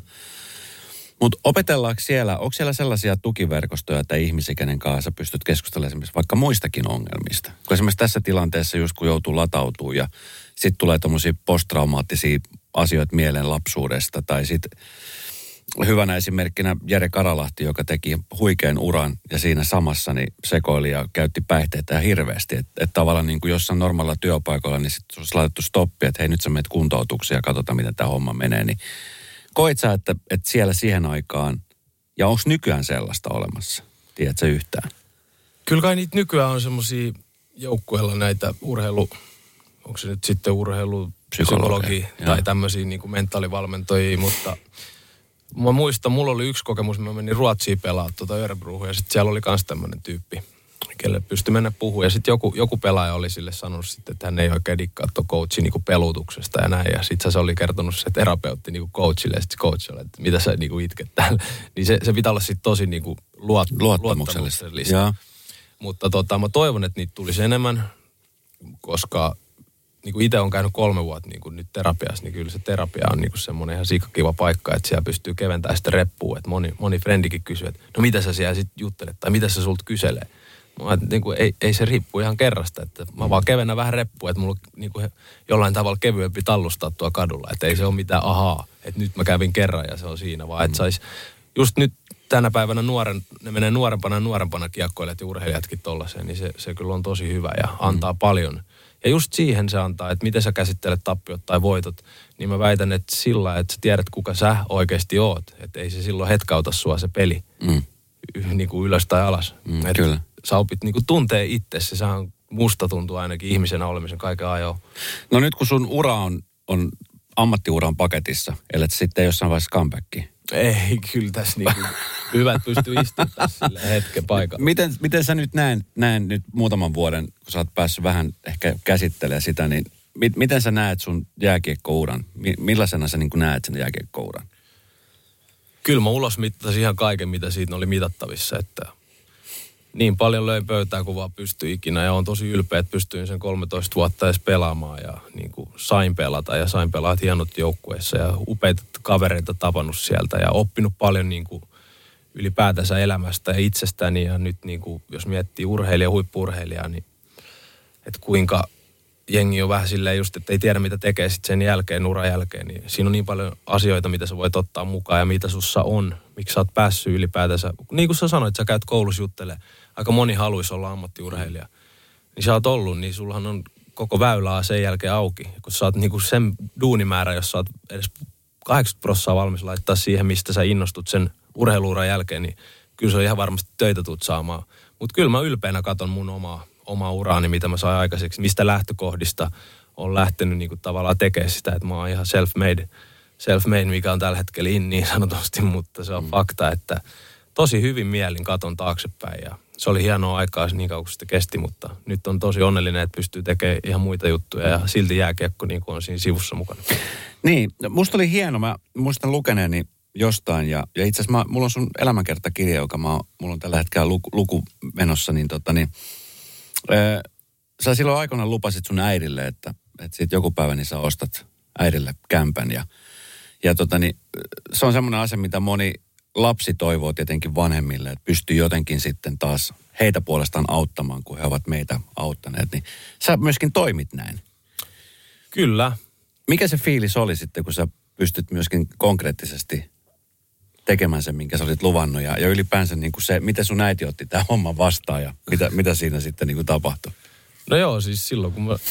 Mutta opetellaanko siellä, onko siellä sellaisia tukiverkostoja tai ihmisiä, kenen kanssa pystyt keskustelemaan esimerkiksi vaikka muistakin ongelmista? Kun esimerkiksi tässä tilanteessa just kun joutuu latautumaan ja sitten tulee tommosia posttraumaattisia asioita mieleen lapsuudesta tai sitten hyvänä esimerkkinä Jere Karalahti, joka teki huikean uran ja siinä samassa niin sekoili ja käytti päihteitä ja hirveästi. Että tavallaan niin kuin jossain normaalilla työpaikalla, niin sitten olisi laitettu stoppi, että hei nyt sä menet kuntoutuksiin ja katsotaan miten tämä homma menee. Niin koit sä, että siellä siihen aikaan, ja onko nykyään sellaista olemassa? Tiedätkö yhtään? Kyllä kai niitä nykyään on semmoisia joukkueilla näitä onko se nyt sitten urheilupsykologi tai tämmöisiä niin kuin mentaalivalmentojia, mutta mä muistan, mulla oli yksi kokemus, mä menin Ruotsiin pelaamaan Örebrohun ja sitten siellä oli kans tämmöinen tyyppi, kelle pystyi mennä puhumaan. Ja sitten joku pelaaja oli sille sanonut sitten, että hän ei oikein dikkaa tuon coachin niin kuin pelutuksesta ja näin. Ja sitten se oli kertonut se terapeutti niin kuin coachille ja sitten coach oli, että mitä sä niin kuin itket täällä. Niin se pitää olla sitten tosi niin kuin luottamuksellista. Mutta mä toivon, että niitä tulisi enemmän, koska niin kuin itse on käynyt 3 vuotta niin kuin nyt terapiassa, niin kyllä se terapia on niin kuin semmoinen ihan sikakiva paikka, että siellä pystyy keventämään sitä reppua. Että moni frendikin kysyy, että no mitä sä siellä sitten juttelet tai mitä sä sulta kyselee. Niin kuin, ei se riippu ihan kerrasta, että mä vaan kevennän vähän reppua, että mulla on niin kuin jollain tavalla kevyempi tallustaa tuo kadulla. Että ei se ole mitään että nyt mä kävin kerran ja se on siinä, vaan että sais just nyt tänä päivänä ne menee nuorempana kiekkoilijat ja urheilijatkin tollaiseen, niin se kyllä on tosi hyvä ja antaa paljon. Ja just siihen se antaa, että miten sä käsittelet tappiot tai voitot, niin mä väitän, että sillä, että sä tiedät, kuka sä oikeasti oot. Että ei se silloin hetkauta sua se peli niin kuin ylös tai alas. Kyllä. Sä opit niin kuin tuntee itsesi, sehän musta tuntuu ainakin ihmisenä olemisen kaiken ajoa. No nyt kun sun ura on ammattiuran paketissa, ellet sitten jossain vaiheessa comebackia. Ei, kyllä tässä niin hyvät pystyy istumaan tässä hetken paikalla. Miten sä nyt näen nyt muutaman vuoden, kun sä oot päässyt vähän ehkä käsittelemään sitä, niin miten sä näet sun jääkiekkouran? Millaisena sä niin kuin näet sen jääkiekkouran? Kyllä mä ulosmittasin ihan kaiken, mitä siitä oli mitattavissa, että niin paljon löin pöytää kuin vaan pystyi ikinä ja on tosi ylpeä, että pystyin sen 13 vuotta edes pelaamaan ja niin kuin sain pelata ja sain pelata hienot joukkueissa ja upeita kavereita tavannut sieltä ja oppinut paljon niin kuin ylipäätänsä elämästä ja itsestäni ja nyt niin kuin, jos miettii huippu-urheilijaa, niin että kuinka jengi on vähän silleen just, että ei tiedä mitä tekee sitten sen jälkeen, uran jälkeen, niin siinä on niin paljon asioita, mitä sä voit ottaa mukaan ja mitä sussa on, miksi sä oot päässyt ylipäätänsä. Niin kuin sä sanoit, sä käyt koulussa juttelemaan, aika moni haluaisi olla ammattiurheilija. Niin sä oot ollut, niin sullahan on koko väylää sen jälkeen auki. Ja kun sä oot niin kuin sen duunimäärä, jos sä oot edes 80% valmis laittaa siihen, mistä sä innostut sen urheiluuran jälkeen, niin kyllä se on ihan varmasti töitä tuut saamaan. Mutta kyllä mä ylpeänä katon mun omaa uraani, mitä mä sain aikaiseksi, mistä lähtökohdista on lähtenyt niin kuin tavallaan tekemään sitä, että mä oon ihan self-made, mikä on tällä hetkellä niin sanotusti, mutta se on fakta, että tosi hyvin mielin katon taaksepäin ja se oli hienoa aikaa niin kauan kuin sitä kesti, mutta nyt on tosi onnellinen, että pystyy tekemään ihan muita juttuja ja silti jääkiekko niin kuin on siinä sivussa mukana. Niin, musta oli hieno, mä muistan lukeneeni jostain ja itse asiassa mulla on sun elämänkertakirja, joka mulla on tällä hetkellä luku menossa, niin sä silloin aikoinaan lupasit sun äidille, että sit joku päivä niin sä ostat äidille kämpän ja se on semmoinen asia, mitä moni lapsi toivoo tietenkin vanhemmille, että pystyy jotenkin sitten taas heitä puolestaan auttamaan, kun he ovat meitä auttaneet, niin sä myöskin toimit näin. Kyllä. Mikä se fiilis oli sitten, kun sä pystyt myöskin konkreettisesti tekemään sen, minkä sä olit luvannut ja ylipäänsä niin kuin se, miten sun äiti otti tämän homman vastaan ja mitä siinä sitten niin kuin tapahtui? No joo, siis silloin kun mä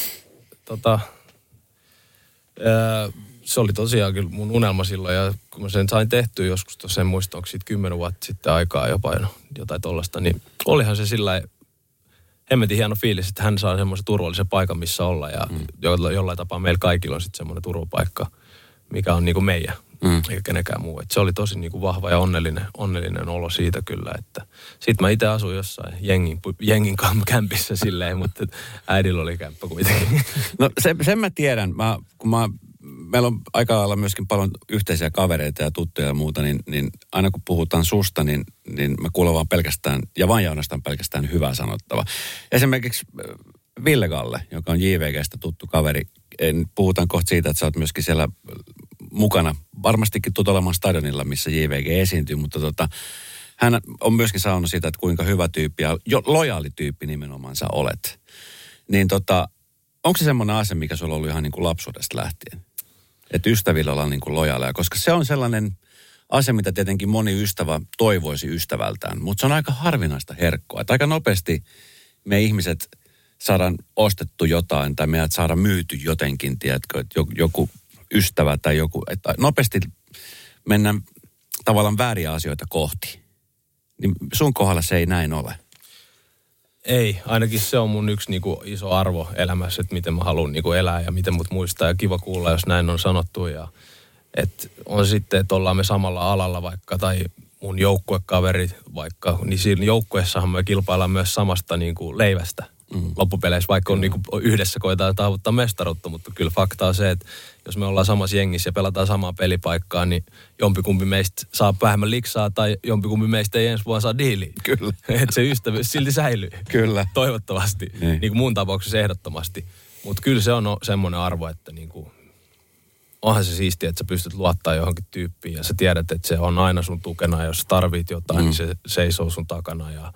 se oli tosiaan kyllä mun unelma silloin ja kun mä sen sain tehtyä joskus tuossa, en muista, onko siitä 10 vuotta sitten aikaa jopa jotain tollaista, niin olihan se sillä hemmetin hieno fiilis, että hän saa semmoisen turvallisen paikan, missä olla ja jollain tapaa meillä kaikilla on sitten semmoinen turvapaikka, mikä on niinku meidän, eikä kenenkään muu. Et se oli tosi niinku vahva ja onnellinen olo siitä kyllä, että sit mä itse asuin jossain jengin kämpissä silleen, mutta äidillä oli kämppä kuitenkin. No sen mä tiedän, meillä on aika lailla myöskin paljon yhteisiä kavereita ja tuttuja ja muuta, niin aina kun puhutaan susta, niin mä kuulen vaan pelkästään, ja vain ja ainoastaan pelkästään hyvää sanottava. Esimerkiksi Ville Galle, joka on JVGstä tuttu kaveri, puhutaan kohta siitä, että sä oot myöskin siellä mukana, varmastikin Tutoleman stadionilla, missä JVG esiintyy, mutta hän on myöskin saanut siitä, että kuinka hyvä tyyppi ja lojaali tyyppi nimenomaan sä olet. Niin onko se semmoinen asia, mikä sulla on ollut ihan niin kuin lapsuudesta lähtien? Että ystävillä ollaan niin kuin lojaaleja, koska se on sellainen asia, mitä tietenkin moni ystävä toivoisi ystävältään. Mutta se on aika harvinaista herkkoa. Että aika nopeasti me ihmiset saadaan ostettu jotain tai meidät saadaan myyty jotenkin, tiedätkö, että joku ystävä tai joku, että nopeasti mennään tavallaan vääriä asioita kohti. Niin sun kohdalla se ei näin ole. Ei, ainakin se on mun yksi niinku iso arvo elämässä, että miten mä haluan niinku elää ja miten mut muistaa. Ja kiva kuulla, jos näin on sanottu. Ja, et on sitten, että ollaan me samalla alalla vaikka, tai mun joukkuekaveri vaikka, niin siinä joukkueessahan me kilpaillaan myös samasta niinku leivästä loppupeleissä, vaikka on niinku yhdessä koetaan taavuttaa mestaruutta, mutta kyllä fakta on se, että jos me ollaan samassa jengissä ja pelataan samaa pelipaikkaa, niin jompikumpi meistä saa vähemmän liksaa tai jompikumpi meistä ei ensi vuonna saa diiliä. Kyllä. Että se ystävyys silti säilyy. Kyllä. Toivottavasti. Niin kuin mun tapauksessa ehdottomasti. Mutta kyllä se on semmoinen arvo, että niinku, onhan se siistiä, että sä pystyt luottaa johonkin tyyppiin ja sä tiedät, että se on aina sun tukena. Jos tarvit jotain, niin se seisoo sun takana ja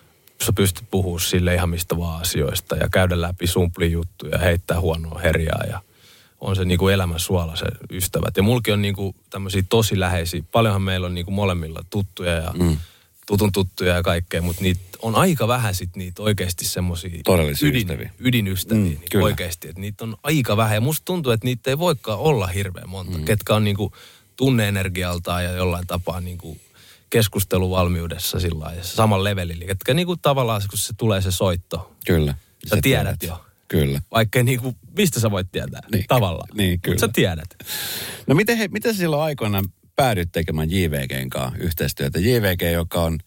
sä pystyt puhumaan sille ihan mistä vaan asioista ja käydä läpi sumplijuttuja ja heittää huonoa herjaa ja on se niinku elämän suola se ystävät. Ja mulki on niinku tämmöisiä tosi läheisiä. Paljonhan meillä on niinku molemmilla tuttuja ja tutun tuttuja ja kaikkea, mutta niitä on aika vähän sit niitä oikeasti semmoisia ydinystäviä niin oikeasti. Että niitä on aika vähän ja musta tuntuu, että niitä ei voikaan olla hirveän monta, ketkä on niinku tunne-energialtaan ja jollain tapaa niinku keskusteluvalmiudessa sillä lailla, saman levelillä. Ketkä niinku tavallaan, kun se tulee se soitto. Kyllä. Sä tiedät jo. Kyllä. Vaikka niinku, mistä sä voit tietää tavallaan. Niin, kyllä. Mutta sä tiedät. No miten sä silloin aikoinaan päädyit tekemään JVGn kanssa yhteistyötä? JVG, joka on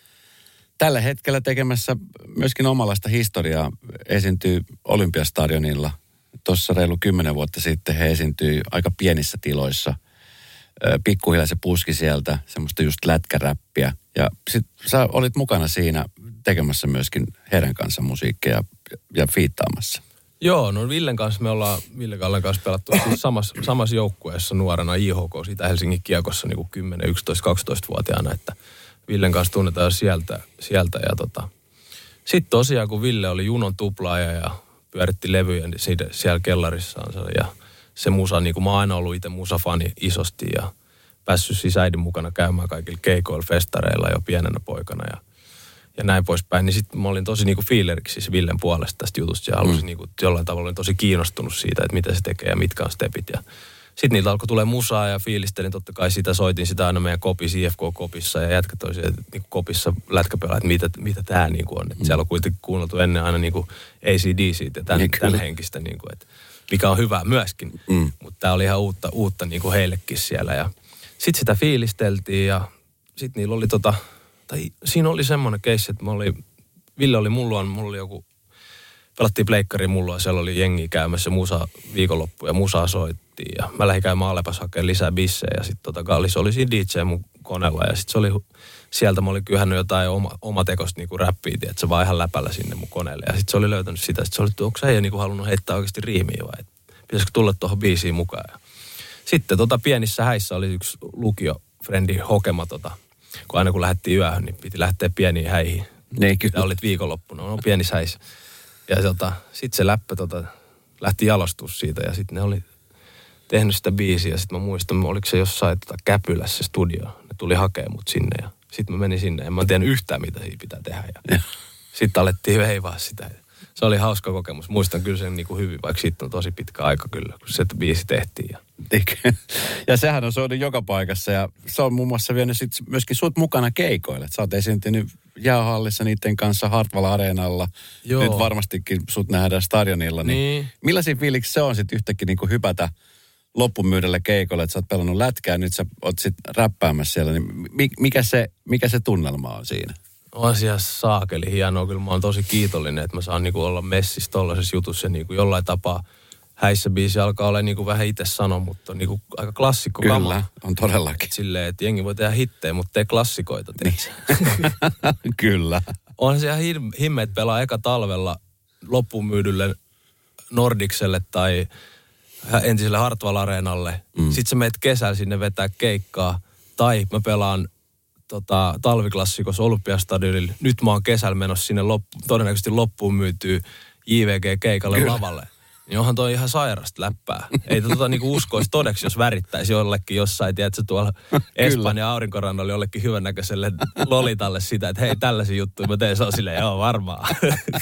tällä hetkellä tekemässä myöskin omalaista historiaa, esiintyy Olympiastadionilla. Tuossa reilu 10 vuotta sitten he esiintyi aika pienissä tiloissa. Pikkuhiljaa se puski sieltä, semmoista just lätkäräppiä. Ja sit sä olit mukana siinä tekemässä myöskin heidän kanssa musiikkia ja fiittaamassa. Joo, no Villen kanssa me ollaan Ville Kallen kanssa pelattu siis samassa joukkueessa nuorena IHK, siitä Helsingin Kiekossa niin kuin 10, 11, 12-vuotiaana, että Villen kanssa tunnetaan sieltä ja sitten tosiaan kun Ville oli junon tuplaaja ja pyöritti levyjä niin siellä kellarissaan ja se musa, niin kuin mä oon aina ollut itse musafani isosti ja päässyt siis äidin mukana käymään kaikilla keikoilla, festareilla jo pienenä poikana ja näin poispäin. Niin sitten mä olin tosi niinku fiileriksi siis Villen puolesta tästä jutusta ja halusin niinku jollain tavalla olin tosi kiinnostunut siitä, että mitä se tekee ja mitkä on stepit. Ja sitten niiltä alkoi tulee musaa ja fiilistelin totta kai sitä, soitin sitä aina meidän kopissa, IFK-kopissa ja jätkät oli siellä niinku kopissa lätkäpelaa, että mitä tää niinku on. Että siellä on kuitenkin kuunneltu ennen aina niinku AC/DC ja tämän henkistä niinku, että mikä on hyvä myöskin. Mutta tää oli ihan uutta niinku heillekin siellä ja sitten sitä fiilisteltiin ja sitten niillä oli siinä oli semmoinen keissi, että Ville oli mulla oli joku, pelattiin pleikkariin mulla ja siellä oli jengi käymässä musa viikonloppu ja musaa soittiin ja mä lähdin käymään Alepas hakemaan lisää bissejä ja sitten Gallis oli siinä DJ mun koneella ja sitten se oli, sieltä mä olin kyhännyt jotain omatekosta niinku räppiä, että se vaan ihan läpällä sinne mun koneelle ja sitten se oli löytänyt sitä, sitten se oli, että onko sä ei niinku halunnut heittää oikeasti riimiä vai, että pitäisikö tulla tuohon biisiin mukaan ja sitten pienissä häissä oli yksi lukiofrendi hokema kun aina kun lähdettiin yöhön, niin piti lähteä pieniin häihin. Niin kyllä. Ja olit viikonloppuna, no pienissä häissä. Ja sitten se läppä lähti jalostus siitä ja sitten ne oli tehnyt sitä biisiä. Ja sitten mä muistan, oliko se jossain Käpylässä se studio. Ne tuli hakemaan mut sinne ja sitten mä menin sinne. En mä tiedä yhtään, mitä siinä pitää tehdä. Ja sitten alettiin veivaa sitä. Se oli hauska kokemus. Muistan kyllä sen niin kuin hyvin, vaikka siitä on tosi pitkä aika kyllä, kun se biisi tehtiin. Ja sehän on soinut joka paikassa ja se on muun muassa vienyt sit myöskin sut mukana keikoille. Sä oot esiintynyt jäähallissa niiden kanssa Hartwall-areenalla. Joo. Nyt varmastikin sut nähdään stadionilla. Niin. Millaisia fiiliksi se on sitten yhtäkkiä niin kuin hypätä loppumyydellä keikolle, että sä oot pelannut lätkää, nyt sä oot sitten räppäämässä siellä. Niin mikä se tunnelma on siinä? On siellä saakeli hienoa. Kyllä mä oon tosi kiitollinen, että mä saan niinku olla messissä tollaisessa jutussa. Niinku jollain tapaa häissä biisi alkaa olla niinku vähän itse sano, mutta niinku aika klassikko kama. Kyllä, on todellakin. Silleen, että jengi voi tehdä hittejä, mutta tee klassikoita, Kyllä. On siellä himmeet pelaa eka talvella loppuun myydylle Nordicselle tai entiselle Hartwall-areenalle. Sitten sä meet kesällä sinne vetää keikkaa. Tai mä pelaan talviklassikossa Olympiastadionilla. Nyt mä oon kesällä menossa sinne todennäköisesti loppuun myytyy JVG-keikalle lavalle. niin onhan toi ihan sairasta läppää. Ei niinku uskoisi todeksi, jos värittäisi jollekin jossain, tiedätkö, tuolla Espanjan aurinkorannalla jollekin hyvännäköiselle lolitalle sitä, että hei, tällaisia juttuja mä teen, se on silleen, joo, varmaan.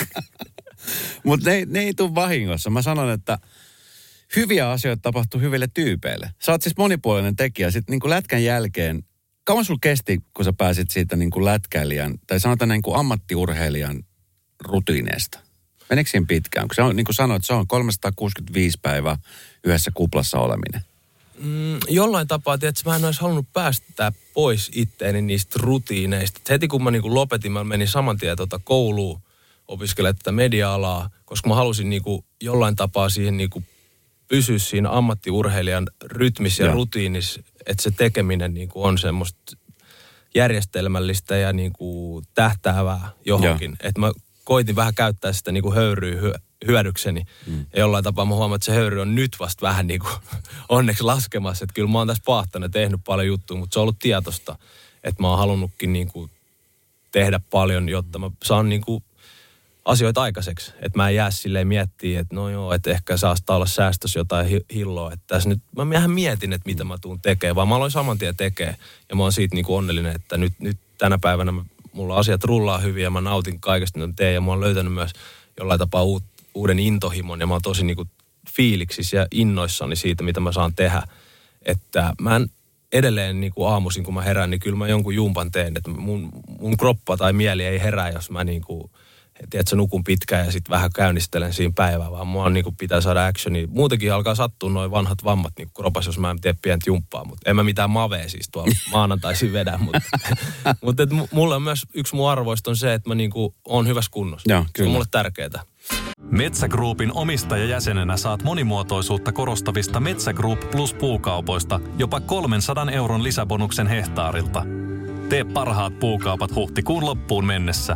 Mutta ne ei tule vahingossa. Mä sanon, että hyviä asioita tapahtuu hyville tyypeille. Sä oot siis monipuolinen tekijä. Sitten niin kuin lätkän jälkeen, kauan sulla kesti, kun sä pääsit siitä niin kuin lätkäilijän, tai sanotaan niin kuin ammattiurheilijan rutiineista? Meneekö siinä pitkään? Kun se on, niin kuin sanoit, se on 365 päivää yhdessä kuplassa oleminen. Jollain tapaa, tiedätkö, mä en olisi halunnut päästää pois itteeni niistä rutiineista. Heti kun mä niin kuin lopetin, mä menin saman tien kouluun opiskelemaan tätä media-alaa, koska mä halusin niin kuin jollain tapaa siihen niin kuin pysyä siinä ammattiurheilijan rytmissä ja rutiinissa, että se tekeminen niin kuin on semmoista järjestelmällistä ja niin kuin tähtäävää johonkin. Että mä koitin vähän käyttää sitä niin kuin höyryä hyödykseni. Ja jollain tapaa mä huomaan, että se höyry on nyt vasta vähän niin kuin onneksi laskemassa. Että kyllä mä oon tässä pahtana tehnyt paljon juttuja, mutta se on ollut tietoista, että mä oon halunnutkin niin kuin tehdä paljon, jotta mä saan niin kuin asioita aikaiseksi. Että mä en jää silleen miettiä, että no joo, että ehkä saastaa olla säästössä jotain hilloa. Että tässä nyt, mä ihan mietin, että mitä mä tuun tekemään, vaan mä aloin saman tien tekemään. Ja mä oon siitä niin kuin onnellinen, että nyt tänä päivänä mulla asiat rullaa hyvin ja mä nautin kaikesta, mitä teen. Ja mä oon löytänyt myös jollain tapaa uuden intohimon ja mä oon tosi niin kuin fiiliksissä ja innoissani siitä, mitä mä saan tehdä. Että mä en edelleen niin kuin aamuisin, kun mä herään, niin kyllä mä jonkun jumpan teen. Että mun kroppa tai mieli ei herää, jos mä niin kuin tiedätkö, nukun pitkään ja sitten vähän käynnistelen siinä päivää, vaan mua niin pitää saada actionia. Muutenkin alkaa sattua noin vanhat vammat niin kropas, jos mä en tee pientä jumppaa, mutta en mä mitään mavea siis tuolla maanantaisin vedä. Mutta mulle on myös yksi mun arvoista on se, että mä niin oon hyvässä kunnossa. Joo, se on mulle tärkeää. Metsä Groupin omistajajäsenenä saat monimuotoisuutta korostavista Metsä Group Plus puukaupoista jopa 300 € lisäbonuksen hehtaarilta. Tee parhaat puukaupat huhtikuun loppuun mennessä.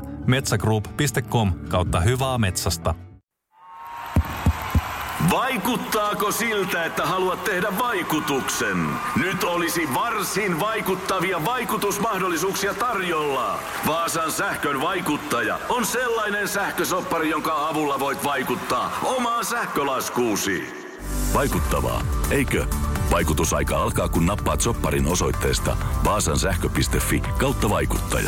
metsagroup.com/hyvää metsästä. Vaikuttaako siltä, että haluat tehdä vaikutuksen? Nyt olisi varsin vaikuttavia vaikutusmahdollisuuksia tarjolla. Vaasan sähkön vaikuttaja on sellainen sähkösoppari, jonka avulla voit vaikuttaa omaan sähkölaskuusi. Vaikuttavaa, eikö? Vaikutusaika alkaa, kun nappaat sopparin osoitteesta vaasansähkö.fi/vaikuttaja.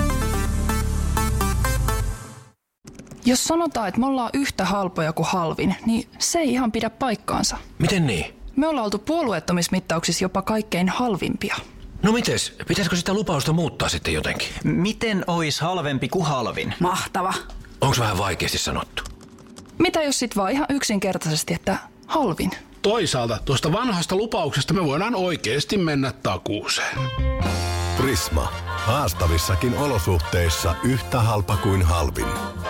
Jos sanotaan, että me ollaan yhtä halpoja kuin halvin, niin se ei ihan pidä paikkaansa. Miten niin? Me ollaan oltu puolueettomismittauksissa jopa kaikkein halvimpia. No mites? Pitäisikö sitä lupausta muuttaa sitten jotenkin? Miten ois halvempi kuin halvin? Mahtava. Onks vähän vaikeasti sanottu? Mitä jos sit vaan ihan yksinkertaisesti, että halvin? Toisaalta tuosta vanhasta lupauksesta me voidaan oikeasti mennä takuuseen. Prisma. Haastavissakin olosuhteissa yhtä halpa kuin halvin.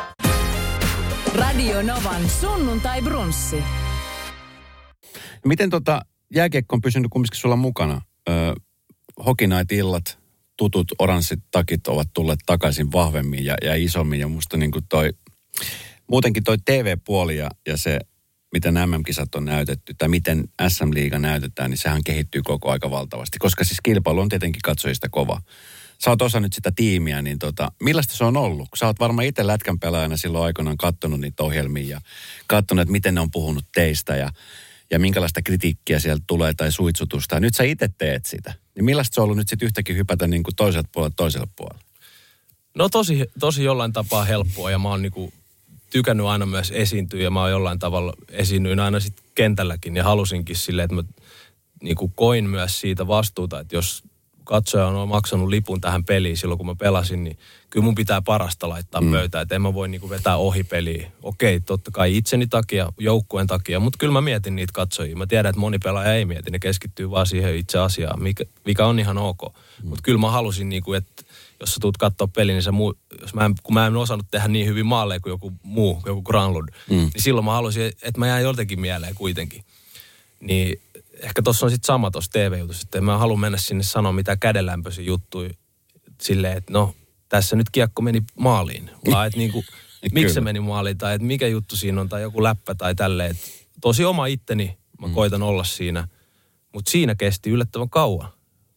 Radio Novan sunnuntai brunssi. Miten jääkiekko on pysynyt kumminkin sulla mukana? Hockey Night-illat, tutut oranssit takit ovat tulleet takaisin vahvemmin ja isommin. Ja musta niin kuin muutenkin toi TV-puoli ja se, miten MM-kisat on näytetty tai miten SM-liiga näytetään, niin sehän kehittyy koko aika valtavasti. Koska siis kilpailu on tietenkin katsojista kova. Sä oot osa nyt sitä tiimiä, niin millaista se on ollut? Sä oot varmaan itse lätkän pelaajana silloin aikoinaan katsonut niitä ohjelmia ja katsonut, että miten ne on puhunut teistä ja minkälaista kritiikkiä sieltä tulee tai suitsutusta. Ja nyt sä itse teet sitä. Niin millaista se on ollut nyt sitten yhtäkkiä hypätä niin kuin toiselle puolelle? No tosi jollain tapaa helppoa ja mä oon niinku tykännyt aina myös esiintyä ja mä oon jollain tavalla esiinnyin aina sitten kentälläkin ja halusinkin silleen, että mä niinku koin myös siitä vastuuta, että jos katsoja on maksanut lipun tähän peliin silloin, kun mä pelasin, niin kyllä mun pitää parasta laittaa pöytään, että en mä voi niinku vetää ohi peliä. Okei, totta kai itseni takia, joukkueen takia, mutta kyllä mä mietin niitä katsojia. Mä tiedän, että moni pelaaja ei mieti, ne keskittyy vaan siihen itse asiaan, mikä on ihan ok. Mutta kyllä mä halusin, niinku, että jos sä tuut katsoa peliä, niin kun mä en osannut tehdä niin hyvin maaleja kuin joku Granlund, niin silloin mä halusin, että mä jään joltakin mieleen kuitenkin. Niin ehkä tuossa on sitten sama tuossa TV-jutussa, että mä haluan mennä sinne sanoa mitään kädenlämpöisiä juttuja silleen, että no tässä nyt kiekko meni maaliin. Vaan että niinku, miksi se meni maaliin tai että mikä juttu siinä on tai joku läppä tai tälleen. Tosi oma itteni, mä koitan olla siinä, mutta siinä kesti yllättävän kauan.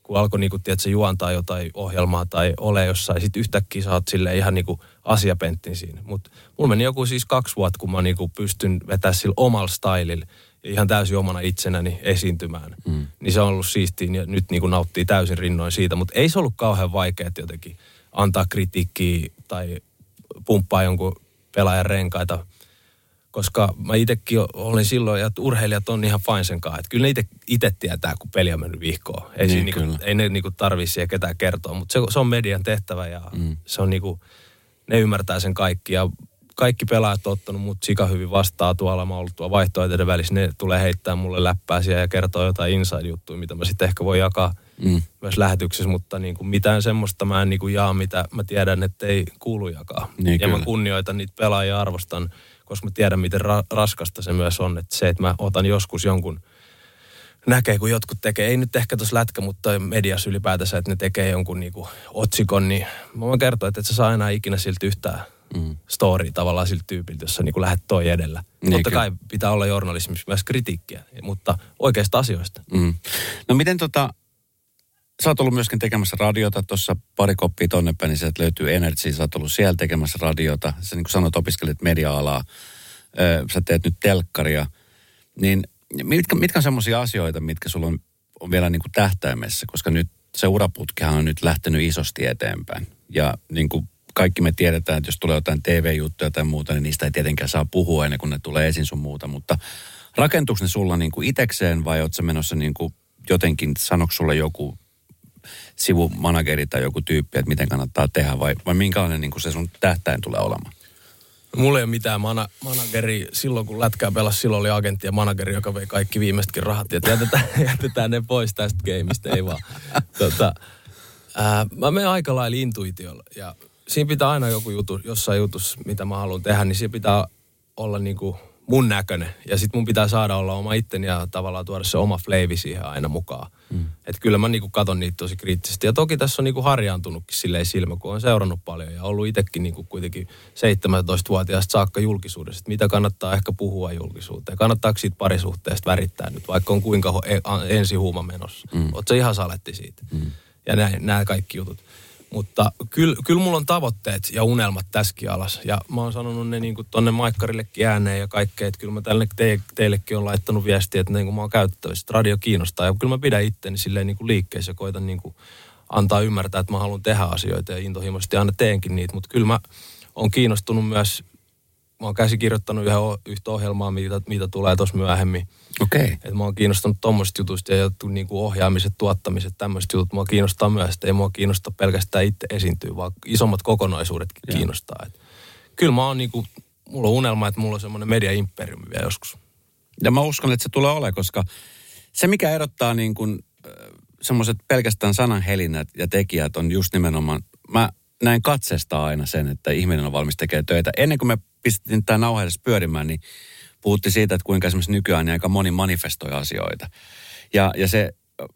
kun alkoi niinku, tiedätkö, juontaa jotain ohjelmaa tai ole jossain, sit yhtäkkiä sä oot silleen ihan niinku asiapenttin siinä. Mutta mulla meni joku siis 2 vuotta, kun mä niinku pystyn vetämään sillä omalla stylilla ja ihan täysin omana itsenäni esiintymään. Niin se on ollut siistiä ja nyt niinku nauttii täysin rinnoin siitä. Mutta ei se ollut kauhean vaikeaa jotenkin antaa kritiikkiä tai pumppaa jonkun pelaajan renkaita. Koska mä itsekin olin silloin, ja urheilijat on ihan fine sen kanssa. Että kyllä ne itse tietää, kun peli on mennyt vihkoon. Ei ne niinku tarvitse siihen ketään kertoa. Mutta se on median tehtävä ja se on niinku, ne ymmärtää sen kaikki. Ja kaikki pelaajat on ottanut mut sika hyvin vastaan tuolla. Mä oon ollut tuolla vaihtoehtoiden välissä. Ne tulee heittää mulle läppää siellä ja kertoo jotain inside-juttuja, mitä mä sitten ehkä voi jakaa myös lähetyksessä. Mutta niinku mitään semmoista mä en niinku jaa, mitä mä tiedän, että ei kuulu jakaa. Niin, ja kyllä. mä kunnioitan niitä pelaajia, arvostan, koska mä tiedän, miten raskasta se myös on. Että se, että mä otan joskus jonkun, näkee, kun jotkut tekee, ei nyt ehkä tuossa lätkä, mutta mediassa ylipäätänsä, että ne tekee jonkun niinku otsikon, niin mä voin kertoa, että et sä saa enää ikinä siltä yhtään story tavallaan siltä tyypiltä, jossa niinku lähdet toi edellä. Niin, totta kai pitää olla journalismissa myös kritiikkiä, mutta oikeista asioista. No miten sä oot ollut myöskin tekemässä radiota, tuossa pari koppia tonne päin, niin sieltä löytyy Energy, sä oot ollut siellä tekemässä radiota. Sä niin kuin sanoit, opiskelet media-alaa, sä teet nyt telkkaria. Niin mitkä on semmoisia asioita, mitkä sulla on vielä niin kuin tähtäimessä? Koska nyt se uraputkihan on nyt lähtenyt isosti eteenpäin. Ja niin kuin kaikki me tiedetään, että jos tulee jotain TV-juttuja tai muuta, niin niistä ei tietenkään saa puhua ennen kuin ne tulee esiin sun muuta. Mutta rakentuuko ne sulla niin kuin itekseen vai oot sä menossa niin kuin jotenkin, sanoiko sulle joku sivumanageri tai joku tyyppi, että miten kannattaa tehdä vai minkälainen niin kuin se sun tähtäin tulee olemaan? Mulla ei ole mitään manageri. Silloin kun lätkää pelasi, silloin oli agentti ja manageri, joka vei kaikki viimeisetkin rahat. Ja jätetään ne pois tästä gameista, ei vaan. Mä menen aika lailla intuitiolla. Ja siinä pitää aina joku juttu, jossain jutussa, mitä mä haluan tehdä, niin siinä pitää olla niinku mun näköinen. Ja sit mun pitää saada olla oma itteni ja tavallaan tuoda se oma fleivi siihen aina mukaan. Että kyllä mä niinku katon niitä tosi kriittisesti. Ja toki tässä on niinku harjaantunutkin silleen silmä, kun on seurannut paljon ja ollut itsekin niinku kuitenkin 17-vuotiaasta saakka julkisuudessa. Että mitä kannattaa ehkä puhua julkisuuteen. Kannattaako siitä parisuhteesta värittää nyt, vaikka on kuinka ensihuuma menossa. Oot sä ihan saletti siitä. Ja nämä kaikki jutut. Mutta kyllä mulla on tavoitteet ja unelmat tässäkin alas. Ja mä oon sanonut ne niinku tonne Maikkarillekin ääneen ja kaikkea. Että kyllä mä tälle teillekin on laittanut viestiä, että niinku mä oon käytettävissä. Että radio kiinnostaa. Ja kyllä mä pidän itteni silleen niinku liikkeessä ja koitan niinku antaa ymmärtää, että mä haluan tehdä asioita. Ja intohimoisesti aina teenkin niitä. Mutta kyllä mä oon kiinnostunut myös. Mä oon käsikirjoittanut yhtä ohjelmaa, mitä tulee tuossa myöhemmin. Okei. Että mä oon kiinnostunut tommosista jutuista ja niinku ohjaamiset, tuottamiset, tämmöiset jutut. Mua kiinnostaa myös, että ei mua kiinnosta pelkästään itse esiintyä, vaan isommat kokonaisuudetkin kiinnostaa. Et kyllä mä oon niinku, mulla on unelma, että mulla on semmoinen media-imperiumi vielä joskus. Ja mä uskon, että se tulee olemaan, koska se mikä erottaa niin kuin semmoiset pelkästään sananhelinät ja tekijät on just nimenomaan, mä näen katsesta aina sen, että ihminen on valmis tekemään töitä. Ennen kuin me pistettiin tämä nauha edes pyörimään, niin puhuttiin siitä, että kuinka esimerkiksi nykyään niin aika moni manifestoi asioita. Ja se,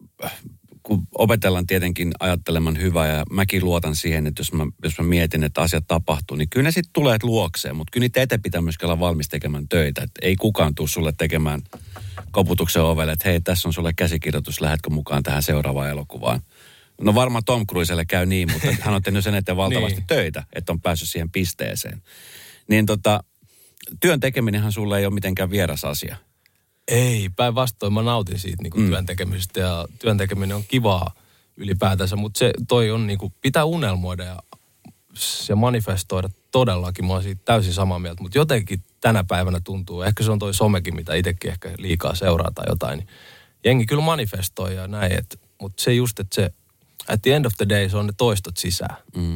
kun opetellaan tietenkin ajattelemaan hyvää, ja mäkin luotan siihen, että jos mä mietin, että asiat tapahtuu, niin kyllä ne sitten tulee luokseen, mutta kyllä niitä eteen pitää myöskin olla valmis tekemään töitä. Että ei kukaan tule sulle tekemään koputuksen ovelle, että hei, tässä on sulle käsikirjoitus, lähdetkö mukaan tähän seuraavaan elokuvaan. No varmaan Tom Cruiselle käy niin, mutta hän on tehnyt sen eteen valtavasti töitä, että on päässyt siihen pisteeseen. Niin työn tekeminenhän sulle ei ole mitenkään vieras asia. Ei, päinvastoin mä nautin siitä niin kuin työn tekemisestä ja työn tekeminen on kivaa ylipäätänsä, mutta se toi on niin kuin, pitää unelmoida ja manifestoida todellakin. Mä oon siitä täysin samaa mieltä, mutta jotenkin tänä päivänä tuntuu, ehkä se on toi somekin, mitä itsekin ehkä liikaa seuraa tai jotain, niin jengi kyllä manifestoi ja näin, mutta se just, että se at the end of the day se on ne toistot sisään.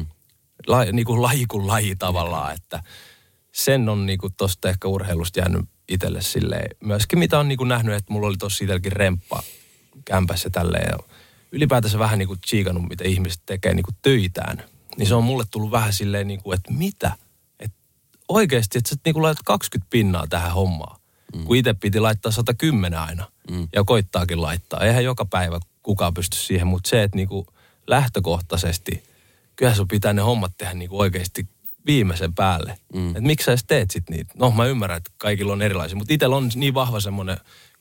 Niin kuin laji kuin laji tavallaan, että sen on niinku tosta ehkä urheilusta jäänyt itselle silleen. Myöskin mitä on niinku nähnyt, että mulla oli tossa itselläkin remppa kämpässä tälleen. Ja ylipäätänsä vähän niinku tsiikannut, mitä ihmiset tekee niinku töitään. Niin se on mulle tullut vähän silleen niinku, että mitä? Että oikeesti, että sä niinku laitat 20 pinnaa tähän hommaan. Kun itse piti laittaa 110 aina. Ja koittaakin laittaa. Eihän joka päivä kukaan pysty siihen, mutta se, että niinku lähtökohtaisesti, kyllähän sun pitää ne hommat tehdä niinku oikeesti viimeisen päälle. Että miksi sä edes teet sit niitä? No mä ymmärrän, että kaikilla on erilaisia, mutta itsellä on niin vahva semmoinen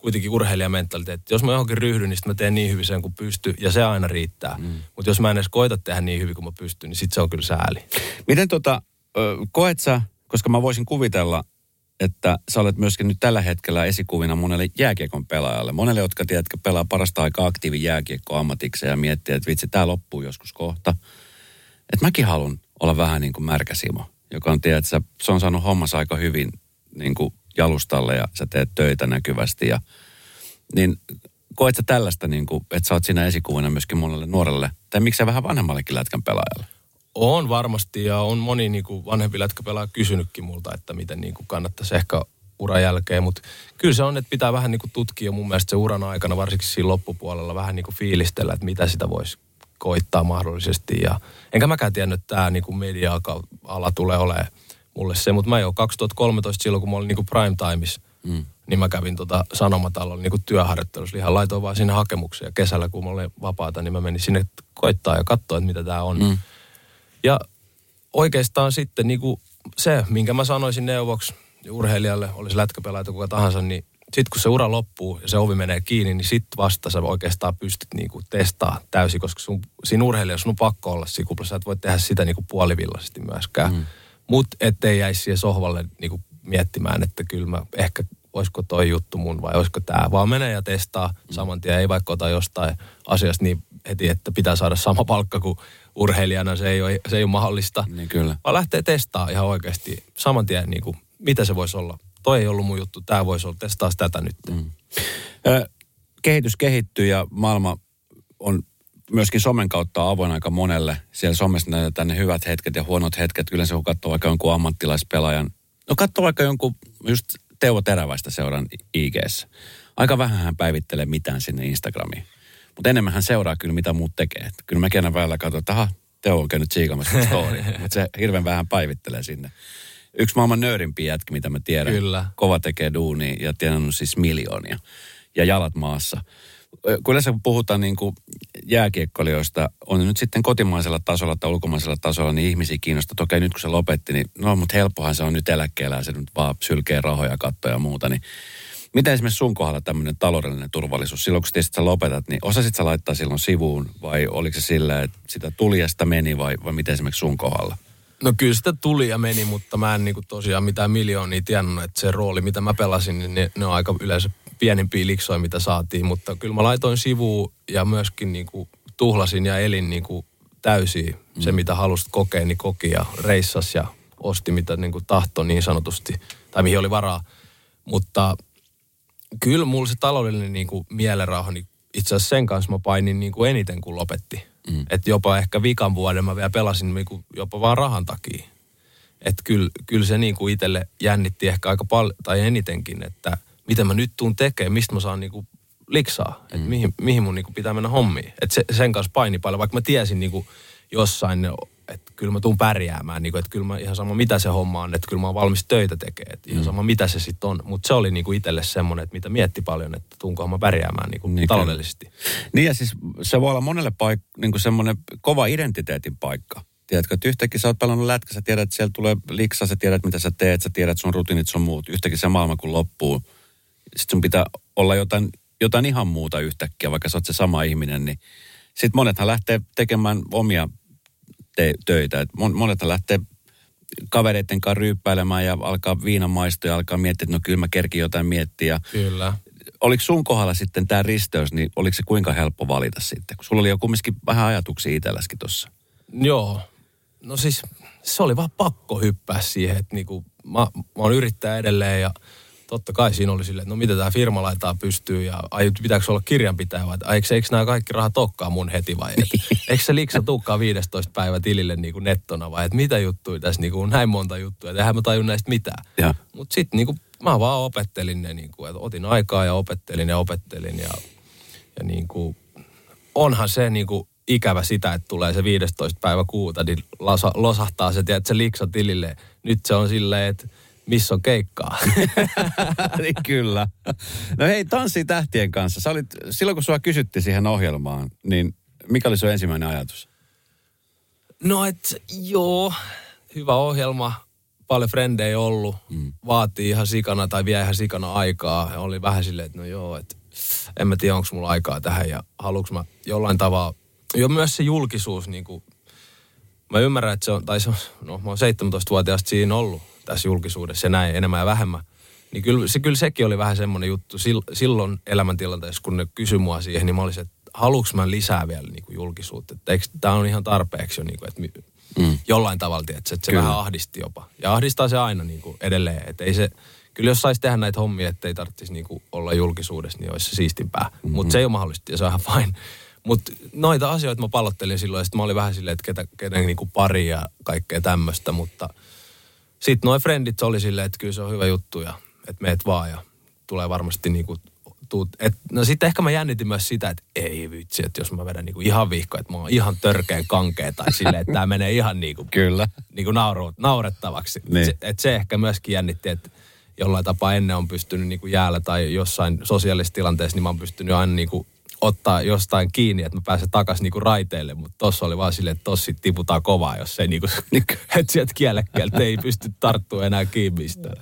kuitenkin urheilijamentaliteetti. Jos mä johonkin ryhdyn, niin sit mä teen niin hyvin sen kuin pystyn, ja se aina riittää. Mutta jos mä en edes koita tehdä niin hyvin kuin mä pystyn, niin sit se on kyllä sääli. Miten koet sä, koska mä voisin kuvitella, että sä olet myöskin nyt tällä hetkellä esikuvina monelle jääkiekon pelaajalle. Monelle, jotka tiedätkö, pelaa parasta aikaa aktiivin jääkiekko ammatikseen ja miettii, että vitsi, tää loppuu joskus kohta. Että mäkin haluan olla vähän niin kuin Märkä-Simo, joka on, tiedätkö, se on saanut hommansa aika hyvin niin kuin jalustalle ja sä teet töitä näkyvästi. Niin koet sä tällaista, niin kuin, että sä oot siinä esikuvina myöskin monelle nuorelle, tai miksei vähän vanhemmallekin lätkän pelaajalle? On varmasti, ja on moni niin kuin vanhempi lätkäpelaaja kysynytkin multa, että miten niin kuin kannattaisi ehkä uran jälkeen. Mutta kyllä se on, että pitää vähän niin kuin tutkia mun mielestä se uran aikana, varsinkin siinä loppupuolella, vähän niin kuin fiilistellä, että mitä sitä voisi koittaa mahdollisesti. Ja enkä mäkään tiennyt, että tämä niin kuin media-ala tulee olemaan mulle se. Mutta mä jo 2013 silloin, kun mä olin niin kuin prime timeissa, niin mä kävin Sanomatalolla niin kuin työharjoittelussa. Ihan laitoin vaan sinne hakemuksia. Kesällä, kun mä olin vapaata, niin mä menin sinne koittaa ja katsoa, että mitä tää on. Ja oikeastaan sitten niin kuin se, minkä mä sanoisin neuvoksi urheilijalle, olisi lätkäpelaaja kuka tahansa, niin sitten kun se ura loppuu ja se ovi menee kiinni, niin sitten vasta sä oikeastaan pystyt niin kuin testaa täysin, koska siinä urheilijassa on pakko olla sikuplassa. Sä et voi tehdä sitä niin kuin puolivillaisesti myöskään. Mutta ettei jäisi siihen sohvalle niin kuin miettimään, että kyllä mä ehkä olisiko toi juttu mun vai olisiko tää. Vaan menee ja testaa saman tien, ei vaikka ota jostain asiasta niin heti, että pitää saada sama palkka kuin urheilijana, se ei ole mahdollista. Niin kyllä. Vaan lähtee testaa ihan oikeasti saman tien, niin kuin, mitä se voisi olla. Toi ei ollut mun juttu, tää voisi olla, testaa tätä nyt. Kehitys kehittyy ja maailma on myöskin somen kautta avoin aika monelle. Siellä somessa näytetään ne hyvät hetket ja huonot hetket. Yleensä kun katsoo vaikka jonkun ammattilaispelaajan, katsoo vaikka jonkun just Teuvo Teräväistä seuran IG:ssä. Aika vähän hän päivittelee mitään sinne Instagramiin. Mutta enemmän hän seuraa kyllä, mitä muut tekee. Et kyllä mäkin aina välillä katson, että Teuvo on käynyt tsiikamassa story. Mutta se hirveän vähän päivittelee sinne. Yksi maailman nöyrimpiä jätki, mitä mä tiedän. Kyllä. Kova tekee duunia ja tienannut siis miljoonia. Ja jalat maassa. Kun yleensä puhutaan niin kuin jääkiekkoilijoista, on nyt sitten kotimaisella tasolla tai ulkomaisella tasolla, niin ihmisiä kiinnostaa. Toki nyt kun se lopetti, niin mutta helppohan se on nyt eläkkeellä ja se nyt vaan sylkee rahoja, kattoja ja muuta. Niin miten esimerkiksi sun kohdalla tämmöinen taloudellinen turvallisuus? Silloin kun tiesit, että sä lopetat, niin osasit sä laittaa silloin sivuun vai oliko se sillä, että sitä tuli ja sitä meni vai miten esimerkiksi sun kohdalla? No kyllä sitä tuli ja meni, mutta mä en niin kuin tosiaan mitään miljoonia tiennyt, että se rooli, mitä mä pelasin, niin ne on aika yleensä pienimpiä liksoja, mitä saatiin. Mutta kyllä mä laitoin sivuun ja myöskin niin kuin tuhlasin ja elin niin kuin täysin se, mitä halusit kokea, niin koki ja reissas ja osti, mitä niin kuin tahtoi niin sanotusti, tai mihin oli varaa. Mutta kyllä mulla se taloudellinen niin kuin mielenrauha, niin itse asiassa sen kanssa mä painin niin kuin eniten, kun lopetti. Että jopa ehkä vikan vuoden mä vielä pelasin niin kuin jopa vaan rahan takia. Että kyllä se niin kuin itselle jännitti ehkä aika paljon, tai enitenkin, että mitä mä nyt tuun tekemään, mistä mä saan niin kuin liksaa. Että mihin mun niin kuin pitää mennä hommiin. Että sen kanssa paini paljon, vaikka mä tiesin niin kuin jossain, että kyllä mä tuun pärjäämään. Niin kuin, että kyllä mä ihan sama mitä se homma on, että kyllä mä oon valmis töitä tekemään. Että ihan sama mitä se sitten on. Mutta se oli niin kuin itselle semmoinen, että mitä mietti paljon, että tuunkohan mä pärjäämään niin kuin taloudellisesti. Niin ja siis se voi olla monelle niin kuin semmoinen kova identiteetin paikka. Tiedätkö, että yhtäkkiä sä oot pelannut lätkä, sä tiedät, että siellä tulee liksa, sä tiedät, mitä sä teet, sä tiedät sun rutiinit, sun muut. Yhtäkkiä se maailma kun loppuu, sit sun pitää olla jotain ihan muuta yhtäkkiä, vaikka sä oot se sama ihminen, niin sit monethan lähtee tekemään omia töitä. Et monethan lähtee kavereiden kanssa ryyppäilemään ja alkaa viinan maistoa ja alkaa miettiä, että no kyllä mä kerkin jotain miettiä. Kyllä. Oliko sun kohdalla sitten tämä risteys, niin oliko se kuinka helppo valita sitten? Kun sulla oli jo kumminkin vähän ajatuksia itselläskin tuossa. Joo. No siis se oli vaan pakko hyppää siihen, että niinku, mä oon yrittäjä edelleen ja totta kai siinä oli silleen, että no mitä tämä firma laittaa pystyyn ja pitääkö olla kirjanpitäjä vai eikö nämä kaikki rahat olekaan mun heti vai eikö se liksa tuukkaan 15 päivä tilille niinku nettona vai että mitä juttuja tässä niinku näin monta juttuja, että eihän mä tajun näistä mitään. Mutta sitten niinku, mä vaan opettelin ne, niinku, että otin aikaa ja opettelin ja niinku, onhan se niinku ikävä sitä, että tulee se 15 päivä kuuta, niin losahtaa se, että se liksa tilille. Nyt se on silleen, että missä on keikkaa. Niin kyllä. No hei, Tanssii tähtien kanssa. Sä olit, silloin kun sua kysyttiin siihen ohjelmaan, niin mikä oli sun ensimmäinen ajatus? No joo, hyvä ohjelma. paljon frendejä ollut, vaatii ihan sikana tai vie ihan sikana aikaa. Ja oli vähän silleen, että no joo, että en mä tiedä, onko mulla aikaa tähän ja haluuks mä jollain tavalla. Jo myös se julkisuus, niin kuin, mä ymmärrän, että mä oon 17-vuotiaasta siinä ollut tässä julkisuudessa ja näin enemmän ja vähemmän. Niin kyllä sekin oli vähän semmoinen juttu silloin elämäntilanteessa, kun ne kysyi mua siihen, niin mä olisin, että haluuks mä lisää vielä niin kuin julkisuutta. Että eikö tää on ihan tarpeeksi jo, niin kuin, että jollain tavalla, että se vähän ahdisti jopa. Ja ahdistaa se aina niin kuin edelleen, että ei se, kyllä jos saisi tehdä näitä hommia, että ei tarvitsisi niin kuin olla julkisuudessa, niin olisi se siistimpää. Mutta se ei ole mahdollista ja se on ihan fine. Mutta noita asioita mä pallottelin silloin ja sitten mä olin vähän silleen, että kenen niin kuin pari ja kaikkea tämmöistä, mutta sitten noi friendit oli silleen, että kyllä se on hyvä juttu ja että meet vaan ja tulee varmasti niinku no sitten ehkä mä jännitin myös sitä, että ei vitsi, että jos mä vedän niinku ihan vihkoa, että mä oon ihan törkeän kankea tai silleen, että tää menee ihan niinku, kyllä. Niinku naurettavaksi. Niin. Se ehkä myöskin jännitti, että jollain tapaa ennen on pystynyt niinku jäällä tai jossain sosiaalisessa tilanteessa, niin mä oon pystynyt aina niinku ottaa jostain kiinni, että mä pääsen takaisin niinku raiteille, mutta tossa oli vaan silleen, että tossa tiputaan kovaa, jos ei niinku, että sieltä kielekkeeltä ei pysty tarttua enää kiinni mistään.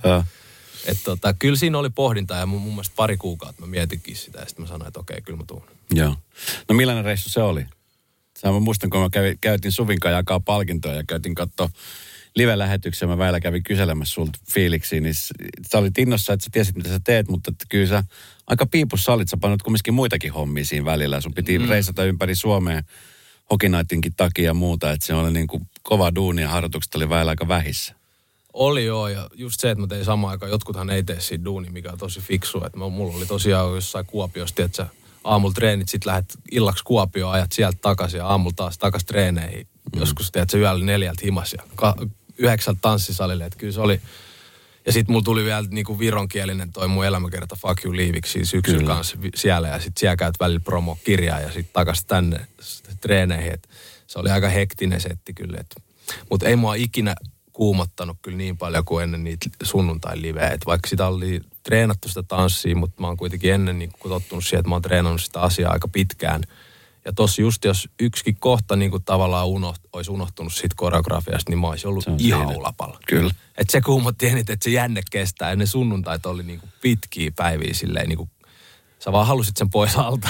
Että kyllä siinä oli pohdintaa ja mun mielestä pari kuukautta mä mietinkin sitä ja sitten mä sanoin, että okei, kyllä mä tuun. Joo. No millainen reissu se oli? Mä muistan, kun mä käytin Suvin kanssa jakaa palkintoja ja käytin katsoa live-lähetyksiä. Mä väillä kävin kyselemässä sulta fiiliksiä, niin sä olit innossa, että sä tiesit, mitä sä teet, mutta että kyllä sä aika piipussa olit. Sä painot kumminkin muitakin hommia siinä välillä. Sun piti reisata ympäri Suomea Hockey Nightinkin takia ja muuta, että se oli niin kuin kova duuni ja harjoitukset oli väillä aika vähissä. Oli joo, ja just se, että mä tein samaan aikaan, jotkuthan ei tee siitä duunia, mikä on tosi fiksua. Että mulla oli tosiaan jossain Kuopiosta, että sä aamulla treenit, sit lähdet illaksi Kuopioon, ajat sieltä takaisin ja aamulla taas takaisin treeneihin. Joskus teet sä yöllä 4 himas ja 9 tanssisalille, että kyllä se oli. Ja sit mulla tuli vielä niinku vironkielinen toi mun elämäkerta Fuck You Leaviksi syksyn kanssa siellä ja sit siellä käyt välillä promo-kirjaa ja sit takaisin tänne treeneihin. Et se oli aika hektinen setti kyllä, mutta ei mua ikinä kuumottanut kyllä niin paljon kuin ennen niitä sunnuntai-liveä. Et vaikka sitä oli treenattu sitä tanssia, mutta mä oon kuitenkin ennen niin tottunut siihen, että mä oon treenannut sitä asiaa aika pitkään. Ja tossa just jos yksikin kohta niin kuin tavallaan olisi unohtunut siitä koreografiasta, niin mä olisin ollut ihan ulapalla. Kyllä. Että se kuumotti eniten, että se jänne kestää. Ja ne sunnuntait oli niin kuin pitkiä päiviä silleen, niin kuin sä vaan halusit sen pois alta.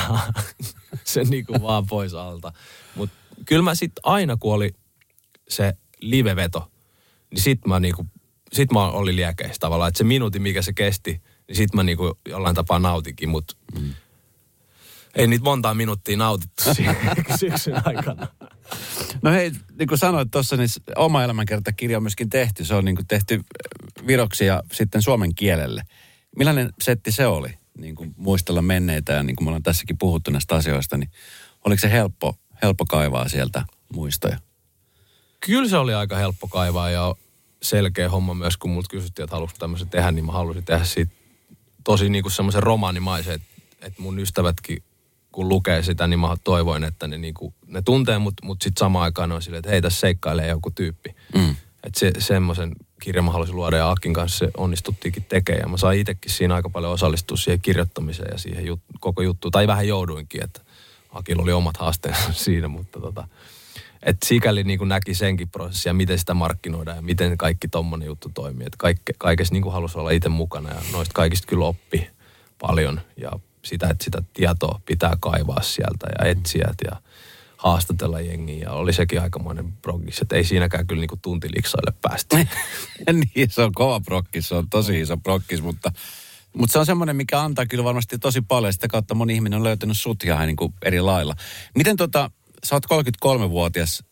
sen niin kuin vaan pois alta. Mutta kyllä mä sit aina, kun oli se live-veto, niin sit mä olin liekeissä tavallaan, että se minuutti, mikä se kesti, niin sit mä niinku jollain tapaa nautinkin, mutta ei niitä montaa minuuttia nautittu syksyn aikana. No hei, niin kuin sanoit tuossa, niin oma elämänkertakirja on myöskin tehty. Se on niin kuin tehty viroksi ja sitten suomen kielelle. Millainen setti se oli? Niin kuin muistella menneitä ja niin kuin me ollaan tässäkin puhuttu näistä asioista, niin oliko se helppo kaivaa sieltä muistoja? Kyllä se oli aika helppo kaivaa ja selkeä homma myös, kun multa kysyttiin, että haluatko tämmöisen tehdä, niin mä halusin tehdä siitä tosi niin kuin semmoisen romaanimaisen, että mun ystävätkin, kun lukee sitä, niin mä toivoin, että ne tuntee, mutta sitten samaan aikaan ne on silleen, että hei, tässä seikkailee joku tyyppi. Että semmoisen kirjan mä halusin luoda ja Akin kanssa se onnistuttiinkin tekemään. Mä sain itsekin siinä aika paljon osallistua siihen kirjoittamiseen ja siihen koko juttuun. Tai vähän jouduinkin, että Akilla oli omat haasteensa siinä, mutta että sikäli niin kuin näki senkin prosessia, miten sitä markkinoidaan ja miten kaikki tommonen juttu toimii. Että kaikessa niin kuin halusi olla itse mukana ja noista kaikista kyllä oppi paljon. Ja sitä, että sitä tietoa pitää kaivaa sieltä ja etsiä ja haastatella jengiä. Ja oli sekin aikamoinen proggis, että ei siinäkään kyllä niin kuin tuntiliksoille päästä. Niin, se on kova proggis, se on tosi iso proggis, mutta se on semmoinen, mikä antaa kyllä varmasti tosi paljon. Sitä kautta moni ihminen on löytänyt sut ihan niin kuin eri lailla. Miten sä oot 33-vuotias,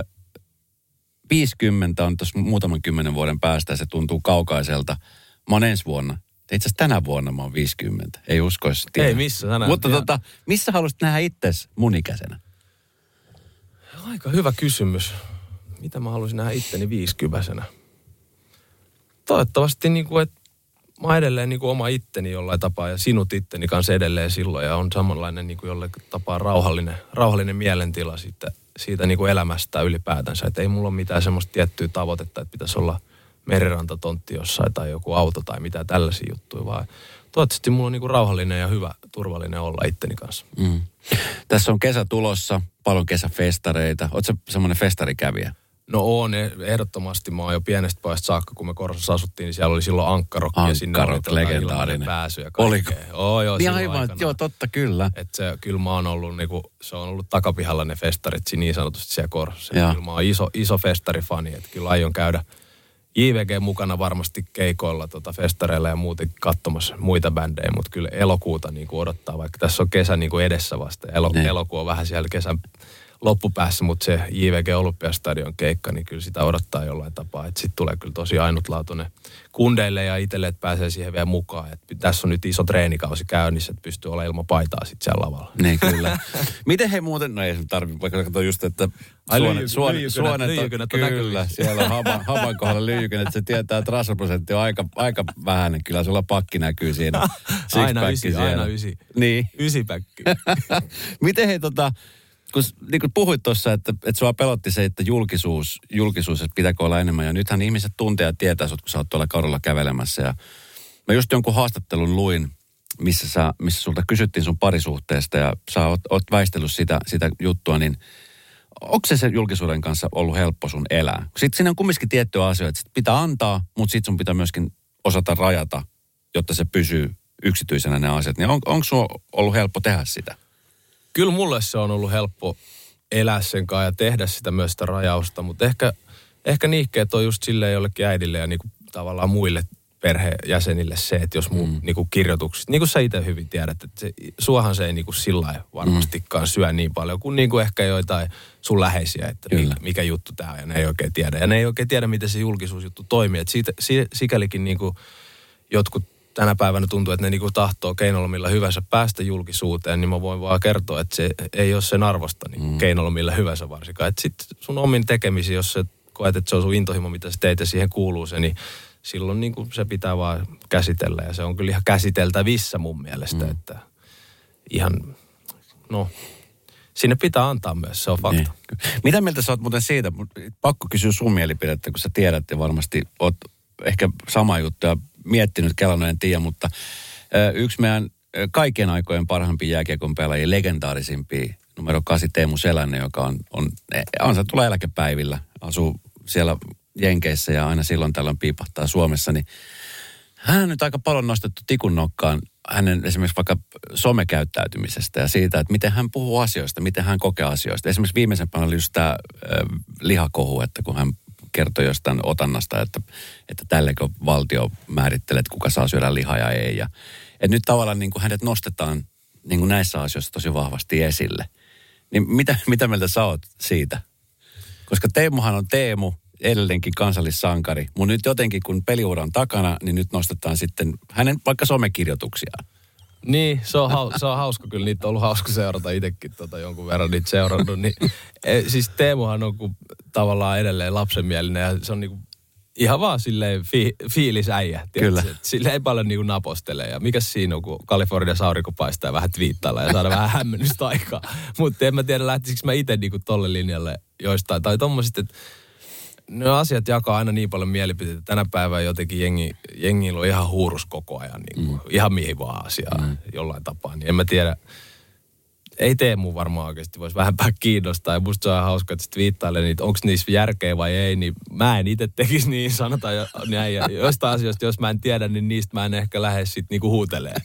50 on tuossa muutaman 10 vuoden päästä ja se tuntuu kaukaiselta. Mä oon ensi vuonna. Itse asiassa tänä vuonna mä oon 50. Ei uskoisi tiedä. Ei missä tänään. Mutta missä haluaisit nähdä itsesi mun ikäisenä? Aika hyvä kysymys. Mitä mä haluaisin nähdä itteni 50-vuotiaana? Toivottavasti että mä oon edelleen oma itteni jollain tapaa ja sinut itteni kanssa edelleen silloin ja on samanlainen jollain tapaa rauhallinen mielentila siitä elämästä ylipäätänsä. Että ei mulla ole mitään semmoista tiettyä tavoitetta, että pitäisi olla merirantatontti jossain tai joku auto tai mitään tällaisia juttuja, vaan toivottavasti mulla on rauhallinen ja hyvä, turvallinen olla itteni kanssa. Tässä on kesä tulossa, paljon kesäfestareita. Ootko sä semmoinen festarikävijä? No on, ehdottomasti. Mä oon jo pienestä pojasta saakka, kun me Korsossa asuttiin, niin siellä oli silloin Ankkarokki ja sinne oli legendaarinen pääsy ja kaikkea. Joo, niin aivan, aikana. Joo, totta, kyllä. Että se, kyllä mä oon ollut, niinku, se on ollut takapihalla ne festarit niin sanotusti siellä Korsossa. Kyllä mä oon iso festarifani, että kyllä aion käydä JVG mukana varmasti keikoilla festareilla ja muuten katsomassa muita bändejä, mutta kyllä elokuuta niinku odottaa, vaikka tässä on kesä niinku edessä vasta. Elokuu on vähän siellä kesän loppupäässä, mutta se JVG Olympiastadion keikka, niin kyllä sitä odottaa jollain tapaa. Että sitten tulee kyllä tosi ainutlaatuinen kundeille ja itselle, että pääsee siihen vielä mukaan. Et tässä on nyt iso treenikausi käynnissä, että pystyy olemaan ilman paitaa sitten siellä lavalla. Niin kyllä. Miten he muuten, no ei se tarvitse, vaikka katsotaan just, että suonet on kyllä, siellä on haban kohdalla lyijykynät, että se tietää, että rasvaprosentti on aika vähäinen. Kyllä sulla pakki näkyy siinä. Aina ysi. Niin. Ysipäkki. Miten he kun niin kuin puhuit tuossa, että sua pelotti se, että julkisuus, että pitääkö olla enemmän. Ja nythän ihmiset tuntee ja tietää sut, kun sä oot tuolla kadulla kävelemässä. Ja mä just jonkun haastattelun luin, missä sulta kysyttiin sun parisuhteesta ja sä oot väistellyt sitä juttua, niin onko se julkisuuden kanssa ollut helppo sun elää? Sitten siinä on kumminkin tiettyjä asioita, että pitää antaa, mutta sitten sun pitää myöskin osata rajata, jotta se pysyy yksityisenä ne asiat. Niin onko sun ollut helppo tehdä sitä? Kyllä mulle se on ollut helppo elää sen kanssa ja tehdä sitä myös sitä rajausta, mutta ehkä niihkeet on just silleen jollekin äidille ja niinku tavallaan muille perhejäsenille se, että jos mun niinku kirjoitukset, niin kuin sä itse hyvin tiedät, että suohan se ei niinku sillä varmastikaan syö niin paljon kuin niinku ehkä joitain sun läheisiä, että mikä juttu tää on ja ne ei oikein tiedä. Ja ne ei oikein tiedä, miten se julkisuusjuttu toimii, että sikälikin niinku jotkut tänä päivänä tuntuu, että ne niinku tahtoo keinolla millä hyvänsä päästä julkisuuteen, niin mä voin vaan kertoa, että se ei ole sen arvosta niin keinolla millä hyvänsä varsinkaan. Että sitten sun omin tekemisiin, jos sä koet, että se on sun intohimo, mitä sä teet ja siihen kuuluu se, niin silloin niinku se pitää vaan käsitellä. Ja se on kyllä ihan käsiteltävissä mun mielestä, että ihan, sinne pitää antaa myös, se on fakta. Niin. Mitä mieltä sä oot muuten siitä? Pakko kysyä sun mielipidettä, kun sä tiedät ja varmasti oot ehkä sama juttu ja miettinyt, kelannut, en tiedä, mutta yksi meidän kaikkien aikojen parhaimpia jääkiekon pelaajia, legendaarisimpia, numero 8 Teemu Selänne, joka on se tulee eläkepäivillä, asuu siellä Jenkeissä ja aina silloin tällöin piipahtaa Suomessa, niin hän on nyt aika paljon nostettu tikun nokkaan hänen esimerkiksi vaikka somekäyttäytymisestä ja siitä, että miten hän puhuu asioista, miten hän kokee asioista. Esimerkiksi viimeisempänä oli just tämä lihakohu, että kun hän kertoi jostain otannasta, että tällekö valtio määrittelee, että kuka saa syödä lihaa ja ei. Ja, että nyt tavallaan niin kuin hänet nostetaan niin kuin näissä asioissa tosi vahvasti esille. Niin mitä mieltä sä oot siitä? Koska Teemuhan on Teemu, edelleenkin kansallissankari. Mun nyt jotenkin, kun peliura on takana, niin nyt nostetaan sitten hänen vaikka somekirjoituksiaan. Niin, se on hauska kyllä. Niitä on ollut hauska seurata itsekin jonkun verran niitä seurannut. Niin, siis Teemuhan on tavallaan edelleen lapsenmielinen ja se on niinku ihan vaan silleen fiilisäijä. Kyllä. Silleen ei paljon niinku napostele. Ja mikäs siinä on, kun Kaliforniassa aurinko paistaa ja vähän twiittailla ja saada vähän hämmennystä aikaa. Mutta en mä tiedä, lähtisikö mä itse niinku tolle linjalle joistain. Tai tommoset, että ne asiat jakaa aina niin paljon mielipiteitä. Tänä päivänä jotenkin jengillä on ihan huurus koko ajan. Niin ihan mihin vaan asiaa jollain tapaa. Niin en mä tiedä. Ei Teemu varmaan oikeasti voisi vähempää kiinnostaa. Ja musta se on hauska, että se twiittailee niitä, onko niissä järkeä vai ei. Niin mä en itse tekisi niin, sanotaan näin. Ja joistain asioista, jos mä en tiedä, niin niistä mä en ehkä lähde sitten niinku huutelemaan.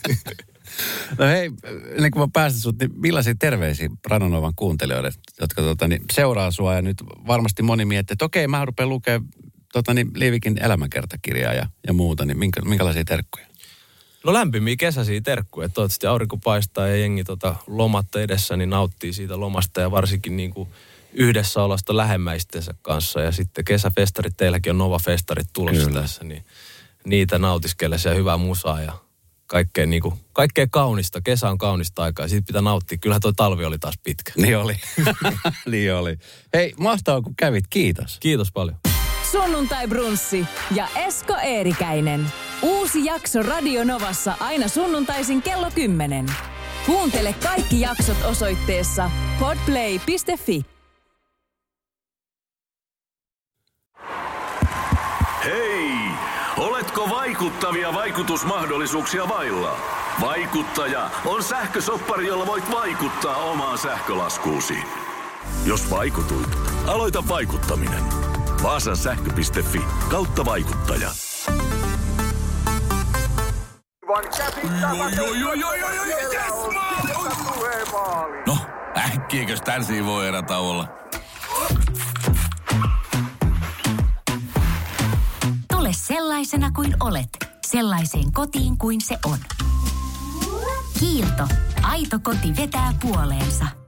No hei, ennen kuin mä päästän sut, niin millaisia terveisiä Radionovan kuuntelijoille, jotka seuraa sua ja nyt varmasti moni miettii, että okei, mä rupean lukemaan Liivikin elämänkertakirjaa ja muuta, niin minkälaisia terkkuja? No lämpimiä kesäisiä terkkuja. Toivottavasti aurinko paistaa ja jengi lomatta edessä, niin nauttii siitä lomasta ja varsinkin niin kuin yhdessäolosta lähemmäistensä kanssa. Ja sitten kesäfestarit, teilläkin on Nova-festarit tulossa tässä, niin niitä nautiskellessa ja hyvää musaa ja kaikkea kaunista. Kesä on kaunista aikaa ja siitä pitää nauttia. Kyllähän toi talvi oli taas pitkä. Niin oli. Niin oli. Hei, mahtavaa kun kävit. Kiitos. Kiitos paljon. Sunnuntai Brunssi ja Esko Eerikäinen. Uusi jakso Radio Novassa aina sunnuntaisin kello 10. Kuuntele kaikki jaksot osoitteessa podplay.fi. Hei! Oletko vaikuttavia vaikutusmahdollisuuksia vailla? Vaikuttaja on sähkösoppari, jolla voit vaikuttaa omaan sähkölaskuusi. Jos vaikutuit, aloita vaikuttaminen. Vaasan sähkö.fi/vaikuttaja. No, äkkiäkös tän siivoo erätauolla? Tule sellaisena kuin olet, sellaiseen kotiin kuin se on. Kiilto. Aito koti vetää puoleensa.